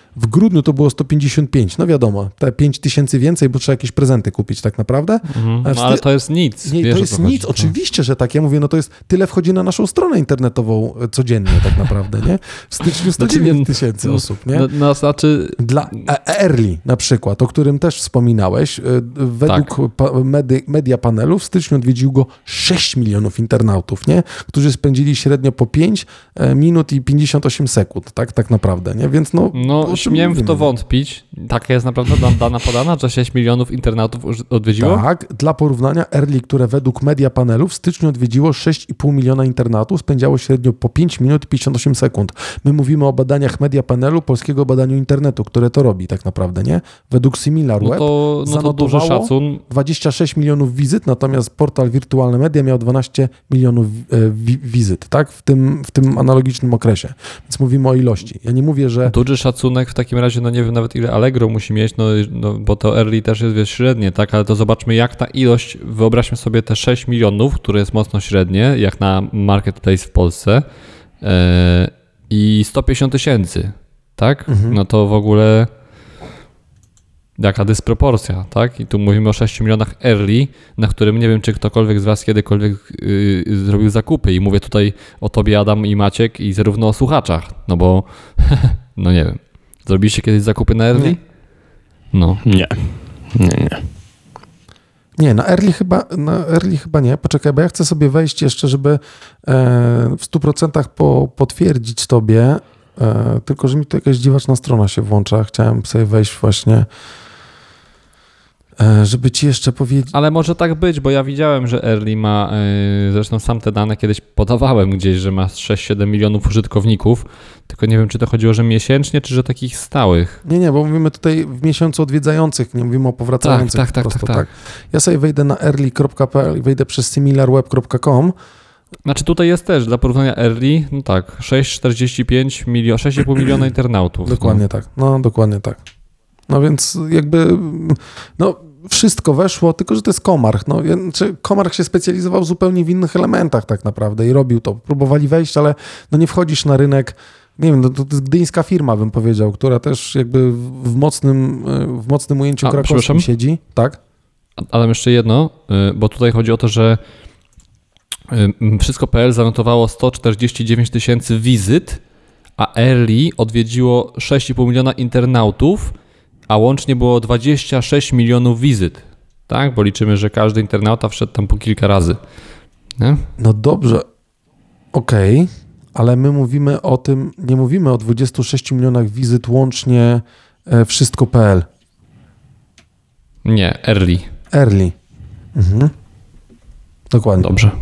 B: W grudniu to było sto pięćdziesiąt pięć. No wiadomo, te pięć tysięcy więcej, bo trzeba jakieś prezenty kupić tak naprawdę.
C: Mhm. No, ale to jest nic.
B: Nie,
C: Wiesz,
B: to jest nic,
C: chodzi.
B: oczywiście, że tak. Ja mówię, no to jest tyle wchodzi na naszą stronę internetową codziennie tak naprawdę, nie? W styczniu sto dziewięć tysięcy
C: no,
B: osób, nie?
C: No, no znaczy...
B: Dla Early na przykład, o którym też wspominałeś, według
C: Tak.
B: pa- medy, media panelu w styczniu odwiedziło go sześć milionów internautów, nie? Którzy spędzili średnio po pięć minut i pięćdziesiąt osiem sekund, tak, tak naprawdę, nie? Więc no...
C: No, śmiem w to wątpić. Taka jest naprawdę dana podana, że sześć milionów internautów odwiedziło?
B: Tak, dla porównania Early, które według media panelu w styczniu odwiedziło sześć i pół miliona internautów, spędzało średnio po pięć minut i pięćdziesiąt osiem sekund. My mówimy o badaniach media panelu, polskiego badaniu internetu, które to robi tak naprawdę, nie? Według SimilarWeb
C: No to, no to duży szacun.
B: dwadzieścia sześć milionów wizyt, natomiast portal Wirtualne Media miał dwanaście milionów wi- wizyt, tak? W tym, w tym analogicznym okresie. Więc mówimy o ilości. Ja nie mówię, że...
C: Duży szacunek w takim razie, no nie wiem nawet ile Allegro musi mieć, no, no bo to Early też jest, wiesz, średnie, tak? Ale to zobaczmy jak ta ilość, wyobraźmy sobie te sześć milionów, które jest mocno średnie, jak na marketplace w Polsce yy, i sto pięćdziesiąt tysięcy, tak?
B: Mhm.
C: No to w ogóle jaka dysproporcja, tak? I tu mówimy o sześciu milionach Early, na którym nie wiem, czy ktokolwiek z was kiedykolwiek yy, zrobił zakupy i mówię tutaj o tobie, Adam i Maciek i zarówno o słuchaczach, no bo no nie wiem. Zrobiliście kiedyś zakupy na Early?
B: Nie.
C: No.
A: Nie, nie, nie.
B: Nie, na Early chyba, na Early chyba nie. Poczekaj, bo ja chcę sobie wejść jeszcze, żeby e, w stu procentach po, potwierdzić tobie, e, tylko że mi tu jakaś dziwaczna strona się włącza. Chciałem sobie wejść właśnie, e, żeby ci jeszcze powiedzieć.
C: Ale może tak być, bo ja widziałem, że Early ma, yy, zresztą sam te dane kiedyś podawałem gdzieś, że ma sześć siedem milionów użytkowników, tylko nie wiem, czy to chodziło, że miesięcznie, czy że takich stałych.
B: Nie, nie, bo mówimy tutaj w miesiącu odwiedzających, nie mówimy o powracających.
C: Tak, tak,
B: po
C: tak,
B: prostu,
C: tak, tak.
B: Ja sobie wejdę na early kropka p l i wejdę przez similarweb kropka com.
C: Znaczy tutaj jest też, dla porównania Early, no tak, sześć przecinek czterdzieści pięć miliona, sześć i pół miliona internautów.
B: Dokładnie tak, no dokładnie tak. No więc jakby, no wszystko weszło, tylko że to jest Comarch. No, znaczy Comarch się specjalizował zupełnie w innych elementach tak naprawdę i robił to. Próbowali wejść, ale no nie wchodzisz na rynek, nie wiem, no to jest gdyńska firma, bym powiedział, która też jakby w mocnym, w mocnym ujęciu
C: A,
B: krakowskim
C: przepraszam?
B: siedzi, tak?
C: Ale jeszcze jedno, bo tutaj chodzi o to, że wszystko kropka p l zanotowało sto czterdzieści dziewięć tysięcy wizyt, a Early odwiedziło sześć i pół miliona internautów, a łącznie było dwadzieścia sześć milionów wizyt, tak? Bo liczymy, że każdy internauta wszedł tam po kilka razy. Nie?
B: No dobrze, okej, okay, ale my mówimy o tym, nie mówimy o dwudziestu sześciu milionach wizyt łącznie wszystko kropka p l.
C: Nie, Early.
B: Early. Mhm. Dokładnie.
C: Dobrze.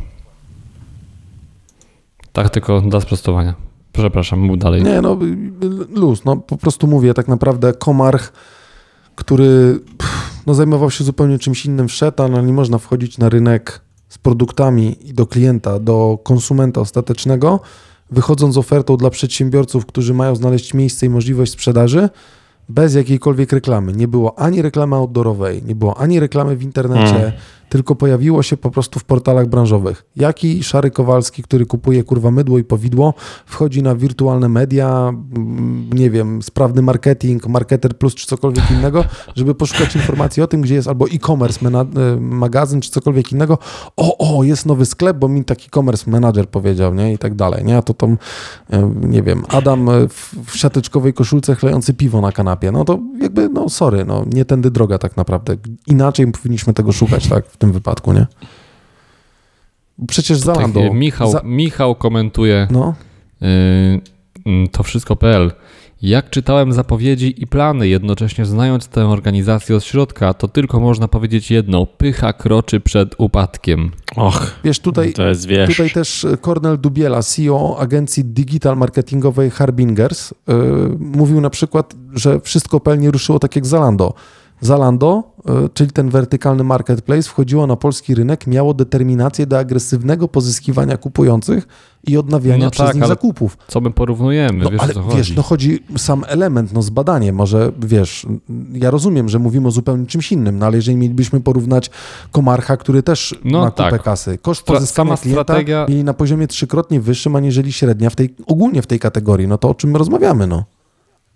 C: Tak, tylko dla sprostowania. Przepraszam, mów dalej.
B: Nie, no luz, no po prostu mówię, tak naprawdę Comarch, który pff, no, zajmował się zupełnie czymś innym, wszedł, ale nie można wchodzić na rynek z produktami i do klienta, do konsumenta ostatecznego, wychodząc z ofertą dla przedsiębiorców, którzy mają znaleźć miejsce i możliwość sprzedaży, bez jakiejkolwiek reklamy. Nie było ani reklamy outdoorowej, nie było ani reklamy w internecie, hmm. tylko pojawiło się po prostu w portalach branżowych. Jaki Szary Kowalski, który kupuje kurwa mydło i powidło, wchodzi na wirtualne media, nie wiem, sprawny marketing, Marketer Plus czy cokolwiek innego, żeby poszukać informacji o tym, gdzie jest albo e-commerce mena- magazyn czy cokolwiek innego. O, o, jest nowy sklep, bo mi taki e-commerce manager powiedział, nie? I tak dalej, nie? A to tam, nie wiem, Adam w, w siateczkowej koszulce chlejący piwo na kanapie. No to jakby, no sorry, no nie tędy droga tak naprawdę. Inaczej powinniśmy tego szukać, tak, w tym wypadku, nie? Przecież Zalando...
C: Tak, Michał, za... Michał komentuje
B: no.
C: yy, to wszystko kropka p l. Jak czytałem zapowiedzi i plany, jednocześnie znając tę organizację od środka, to tylko można powiedzieć jedno. Pycha kroczy przed upadkiem.
A: Och,
B: wiesz, tutaj,
A: to jest, wiesz.
B: tutaj też Kornel Dubiela, C E O agencji digital marketingowej Harbingers, yy, mówił na przykład, że wszystko kropka p l nie ruszyło tak jak Zalando. Zalando, czyli ten wertykalny marketplace, wchodziło na polski rynek, miało determinację do agresywnego pozyskiwania kupujących i odnawiania
C: no
B: przez
C: tak,
B: nich
C: ale
B: zakupów.
C: Co my porównujemy,
B: No,
C: wiesz
B: ale
C: o co
B: wiesz,
C: chodzi.
B: no chodzi sam element, no zbadanie, może wiesz, ja rozumiem, że mówimy o zupełnie czymś innym, no ale jeżeli mielibyśmy porównać Comarcha, który też
C: no
B: ma kupę
C: tak.
B: kasy, koszt
C: Stra-
B: pozyskania
C: sama
B: klienta
C: strategia...
B: mieli na poziomie trzykrotnie wyższym, aniżeli średnia w tej, ogólnie w tej kategorii, no to o czym my rozmawiamy, no.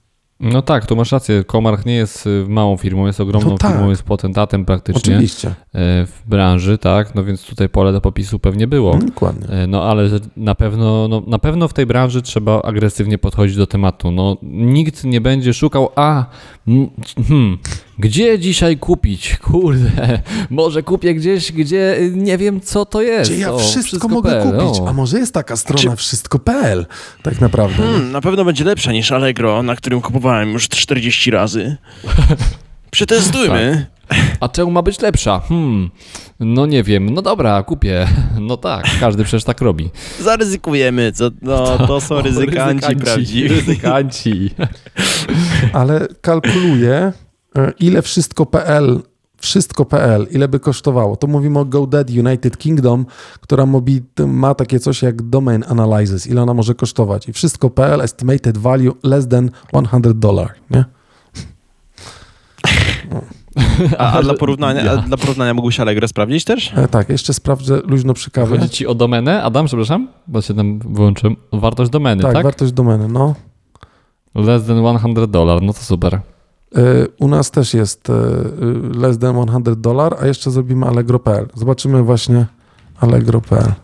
C: No tak, tu masz rację. Comarch nie jest małą firmą, jest ogromną
B: No tak.
C: firmą, jest potentatem praktycznie
B: Oczywiście.
C: w branży, tak? No więc tutaj pole do popisu pewnie było.
B: Dokładnie.
C: No ale na pewno, no, na pewno w tej branży trzeba agresywnie podchodzić do tematu. No, nikt nie będzie szukał, a hmm, gdzie dzisiaj kupić? Kurde, może kupię gdzieś, gdzie nie wiem, co to jest.
B: Gdzie ja
C: o,
B: wszystko,
C: wszystko
B: mogę
C: P L,
B: kupić?
C: o.
B: A może jest taka strona
A: Czy-
B: wszystko kropka pe el tak naprawdę.
A: Hmm, na pewno będzie lepsza niż Allegro, na którym kupowałem już czterdzieści razy. Przetestujmy.
C: A czemu ma być lepsza? Hmm, no nie wiem. No dobra, kupię. No tak, każdy przecież tak robi.
A: Zaryzykujemy. Co? No, to są
C: O,
A: ryzykanci prawdziwi.
C: Ryzykanci.
B: Ale kalkuluję, e, ile wszystko kropka pe el, wszystko kropka pe el, ile by kosztowało. To mówimy o GoDaddy United Kingdom, która mobi, ma takie coś jak Domain Analysis, ile ona może kosztować. I wszystko kropka pe el, estimated value less than sto dolarów, nie?
A: A, a, dla porównania,
C: Ja.
A: a dla porównania mógłbyś Allegro sprawdzić też?
B: E, tak, jeszcze sprawdzę luźno przy kawie.
C: Chodzi ci o domenę? Adam, przepraszam? Bo się tam wyłączyłem. Wartość domeny,
B: Tak,
C: tak?
B: wartość domeny, no.
C: Less than sto dolarów, no to super.
B: E, U nas też jest e, less than sto dolarów, a jeszcze zrobimy allegro kropka pe el. Zobaczymy właśnie allegro kropka pe el.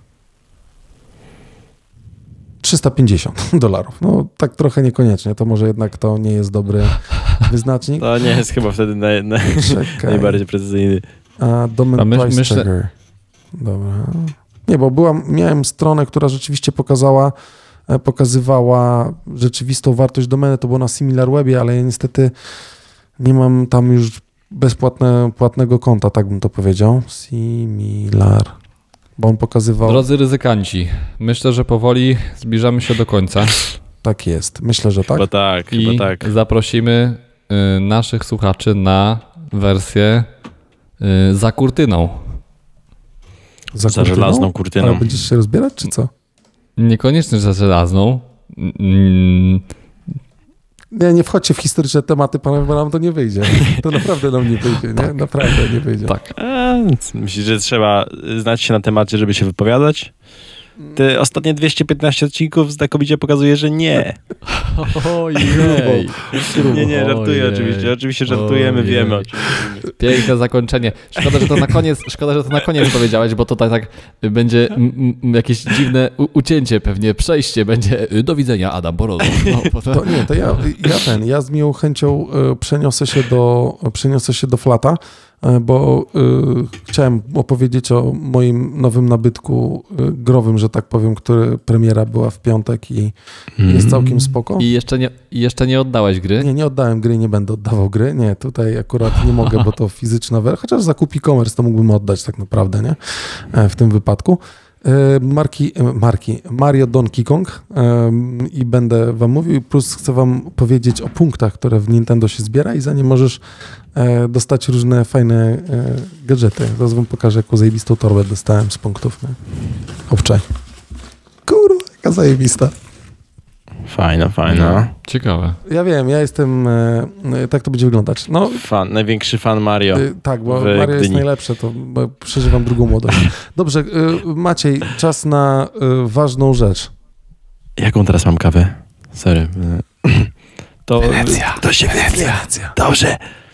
B: trzysta pięćdziesiąt dolarów. No tak trochę niekoniecznie, to może jednak to nie jest dobry wyznacznik.
A: To nie jest chyba wtedy naj, naj,
B: Czekaj.
A: najbardziej precyzyjny.
B: A domain
C: A my-
B: price
C: myślę-
B: checker. Dobra. Nie, bo byłam, miałem stronę, która rzeczywiście pokazała, e, pokazywała rzeczywistą wartość domeny, to było na SimilarWebie, ale ja niestety nie mam tam już bezpłatne, płatnego konta, tak bym to powiedział. Similar. Bo on pokazywał...
C: Drodzy ryzykanci, myślę, że powoli zbliżamy się do końca
B: Tak jest. Myślę, że tak.
A: Chyba tak,
C: i
A: chyba tak.
C: zaprosimy y, naszych słuchaczy na wersję y, za kurtyną.
B: Za,
A: Za
B: kurtyną?
A: żelazną kurtyną.
B: Ale będziesz się rozbierać, czy co?
C: Niekoniecznie za żelazną. Mm,
B: Nie, nie wchodźcie w historyczne tematy, panowie, bo nam to nie wyjdzie. To naprawdę nam nie wyjdzie, nie? Naprawdę nie wyjdzie.
C: tak.
A: A, myślisz, że trzeba znać się na temacie, żeby się wypowiadać? Te ostatnie dwieście piętnaście odcinków znakomicie pokazuje, że nie.
C: Ojej.
A: Nie, nie, żartuję
C: Ojej.
A: oczywiście. Oczywiście żartujemy,
C: Ojej.
A: wiemy o czym mówimy.
C: Piękne zakończenie. Szkoda, że to na koniec, szkoda, że to na koniec powiedziałeś, bo to tak, tak będzie m, m, jakieś dziwne u, ucięcie pewnie, przejście będzie. Do widzenia, Adam Borozow. No, potem...
B: To nie, to ja, ja ten, ja z miłą chęcią e, przeniosę się do, przeniosę się do Flata, e, bo e, chciałem opowiedzieć o moim nowym nabytku e, growym, że tak powiem, który premiera była w piątek i jest całkiem spoko.
C: I jeszcze nie, i jeszcze nie oddałeś gry?
B: Nie, nie oddałem gry i nie będę oddawał gry. Nie, tutaj akurat nie mogę, bo to fizyczna wersja. Chociaż za kup e-commerce to mógłbym oddać tak naprawdę, nie? E, W tym wypadku. E, Marki, e, marki Mario Donkey Kong e, i będę wam mówił, plus chcę wam powiedzieć o punktach, które w Nintendo się zbiera i za nie możesz e, dostać różne fajne e, gadżety. Zaraz wam pokażę, jaką zajebistą torbę dostałem z punktów. Nie? Obczaj. Kurwa, jaka zajebista.
A: Fajna, fajna.
C: Ciekawe.
B: Ja wiem, ja jestem, e, e, tak to będzie wyglądać. No,
A: Fan, największy fan Mario.
B: Y, tak, bo
A: w
B: Mario jest
A: Gdyni.
B: najlepsze, to bo przeżywam drugą młodość. Dobrze, y, Maciej, czas na y, ważną rzecz.
A: Jaką teraz mam kawę? Sorry. To, to się wytnie. Dobrze.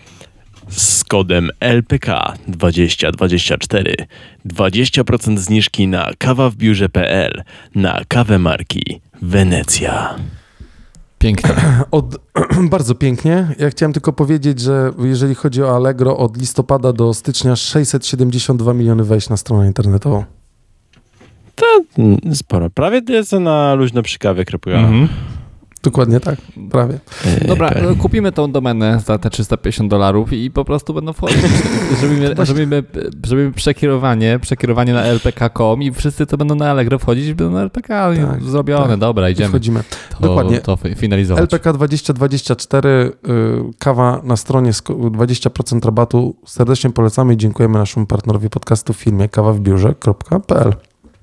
A: Z kodem L P K dwadzieścia dwadzieścia cztery dwadzieścia procent zniżki na kawa w biurze kropka pe el na kawę marki Wenecja.
C: Pięknie.
B: Od, bardzo pięknie. Ja chciałem tylko powiedzieć, że jeżeli chodzi o Allegro, od listopada do stycznia sześćset siedemdziesiąt dwa miliony wejść na stronę internetową.
A: To mm, sporo. Prawie tyle co na luźno przy kawie kropka pe el.
C: Mhm.
B: Dokładnie tak, prawie.
C: Dobra,
A: Okej.
C: no, kupimy tą domenę za te trzysta pięćdziesiąt dolarów i po prostu będą wchodzić. Zrobimy, zrobimy, zrobimy przekierowanie, przekierowanie na L P K kropka com i wszyscy, co będą na Allegro wchodzić, będą na L P K.
B: Tak,
C: Zrobione,
B: tak.
C: dobra, idziemy.
B: Wchodzimy.
C: To,
B: Dokładnie.
C: To fi- finalizować.
B: L P K dwadzieścia dwadzieścia cztery, y, kawa na stronie, sko- dwadzieścia procent rabatu. Serdecznie polecamy i dziękujemy naszemu partnerowi podcastu w firmie kawa w biurze kropka pe el.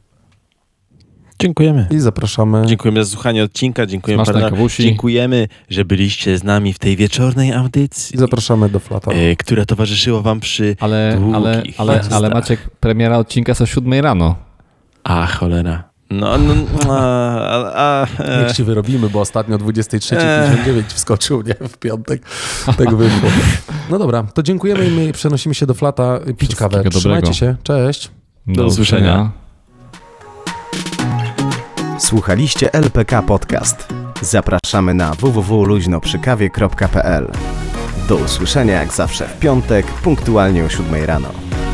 A: Dziękujemy.
B: I zapraszamy.
A: Dziękujemy za słuchanie odcinka, dziękujemy,
C: Smacznej
A: partner-
C: kawusi.
A: dziękujemy, że byliście z nami w tej wieczornej audycji,
B: I zapraszamy do Flata.
A: e, która towarzyszyła wam przy
C: Ale, ale,
A: długich
C: ale, ale
A: jazdach.
C: Maciek, premiera odcinka jest o siódmej rano.
A: A, cholera. No, no, a, a, a,
B: Niech ci wyrobimy, bo ostatnio o dwudziesta trzecia pięćdziesiąt dziewięć wskoczył, nie? W piątek. Tak wyszło. No dobra, to dziękujemy i my przenosimy się do Flata pić kawę.
C: dobrego.
B: Trzymajcie się, cześć.
C: Do usłyszenia.
D: Słuchaliście L P K Podcast. Zapraszamy na w w w kropka luźnoprzykawie kropka p l. Do usłyszenia jak zawsze w piątek, punktualnie o siódmej rano.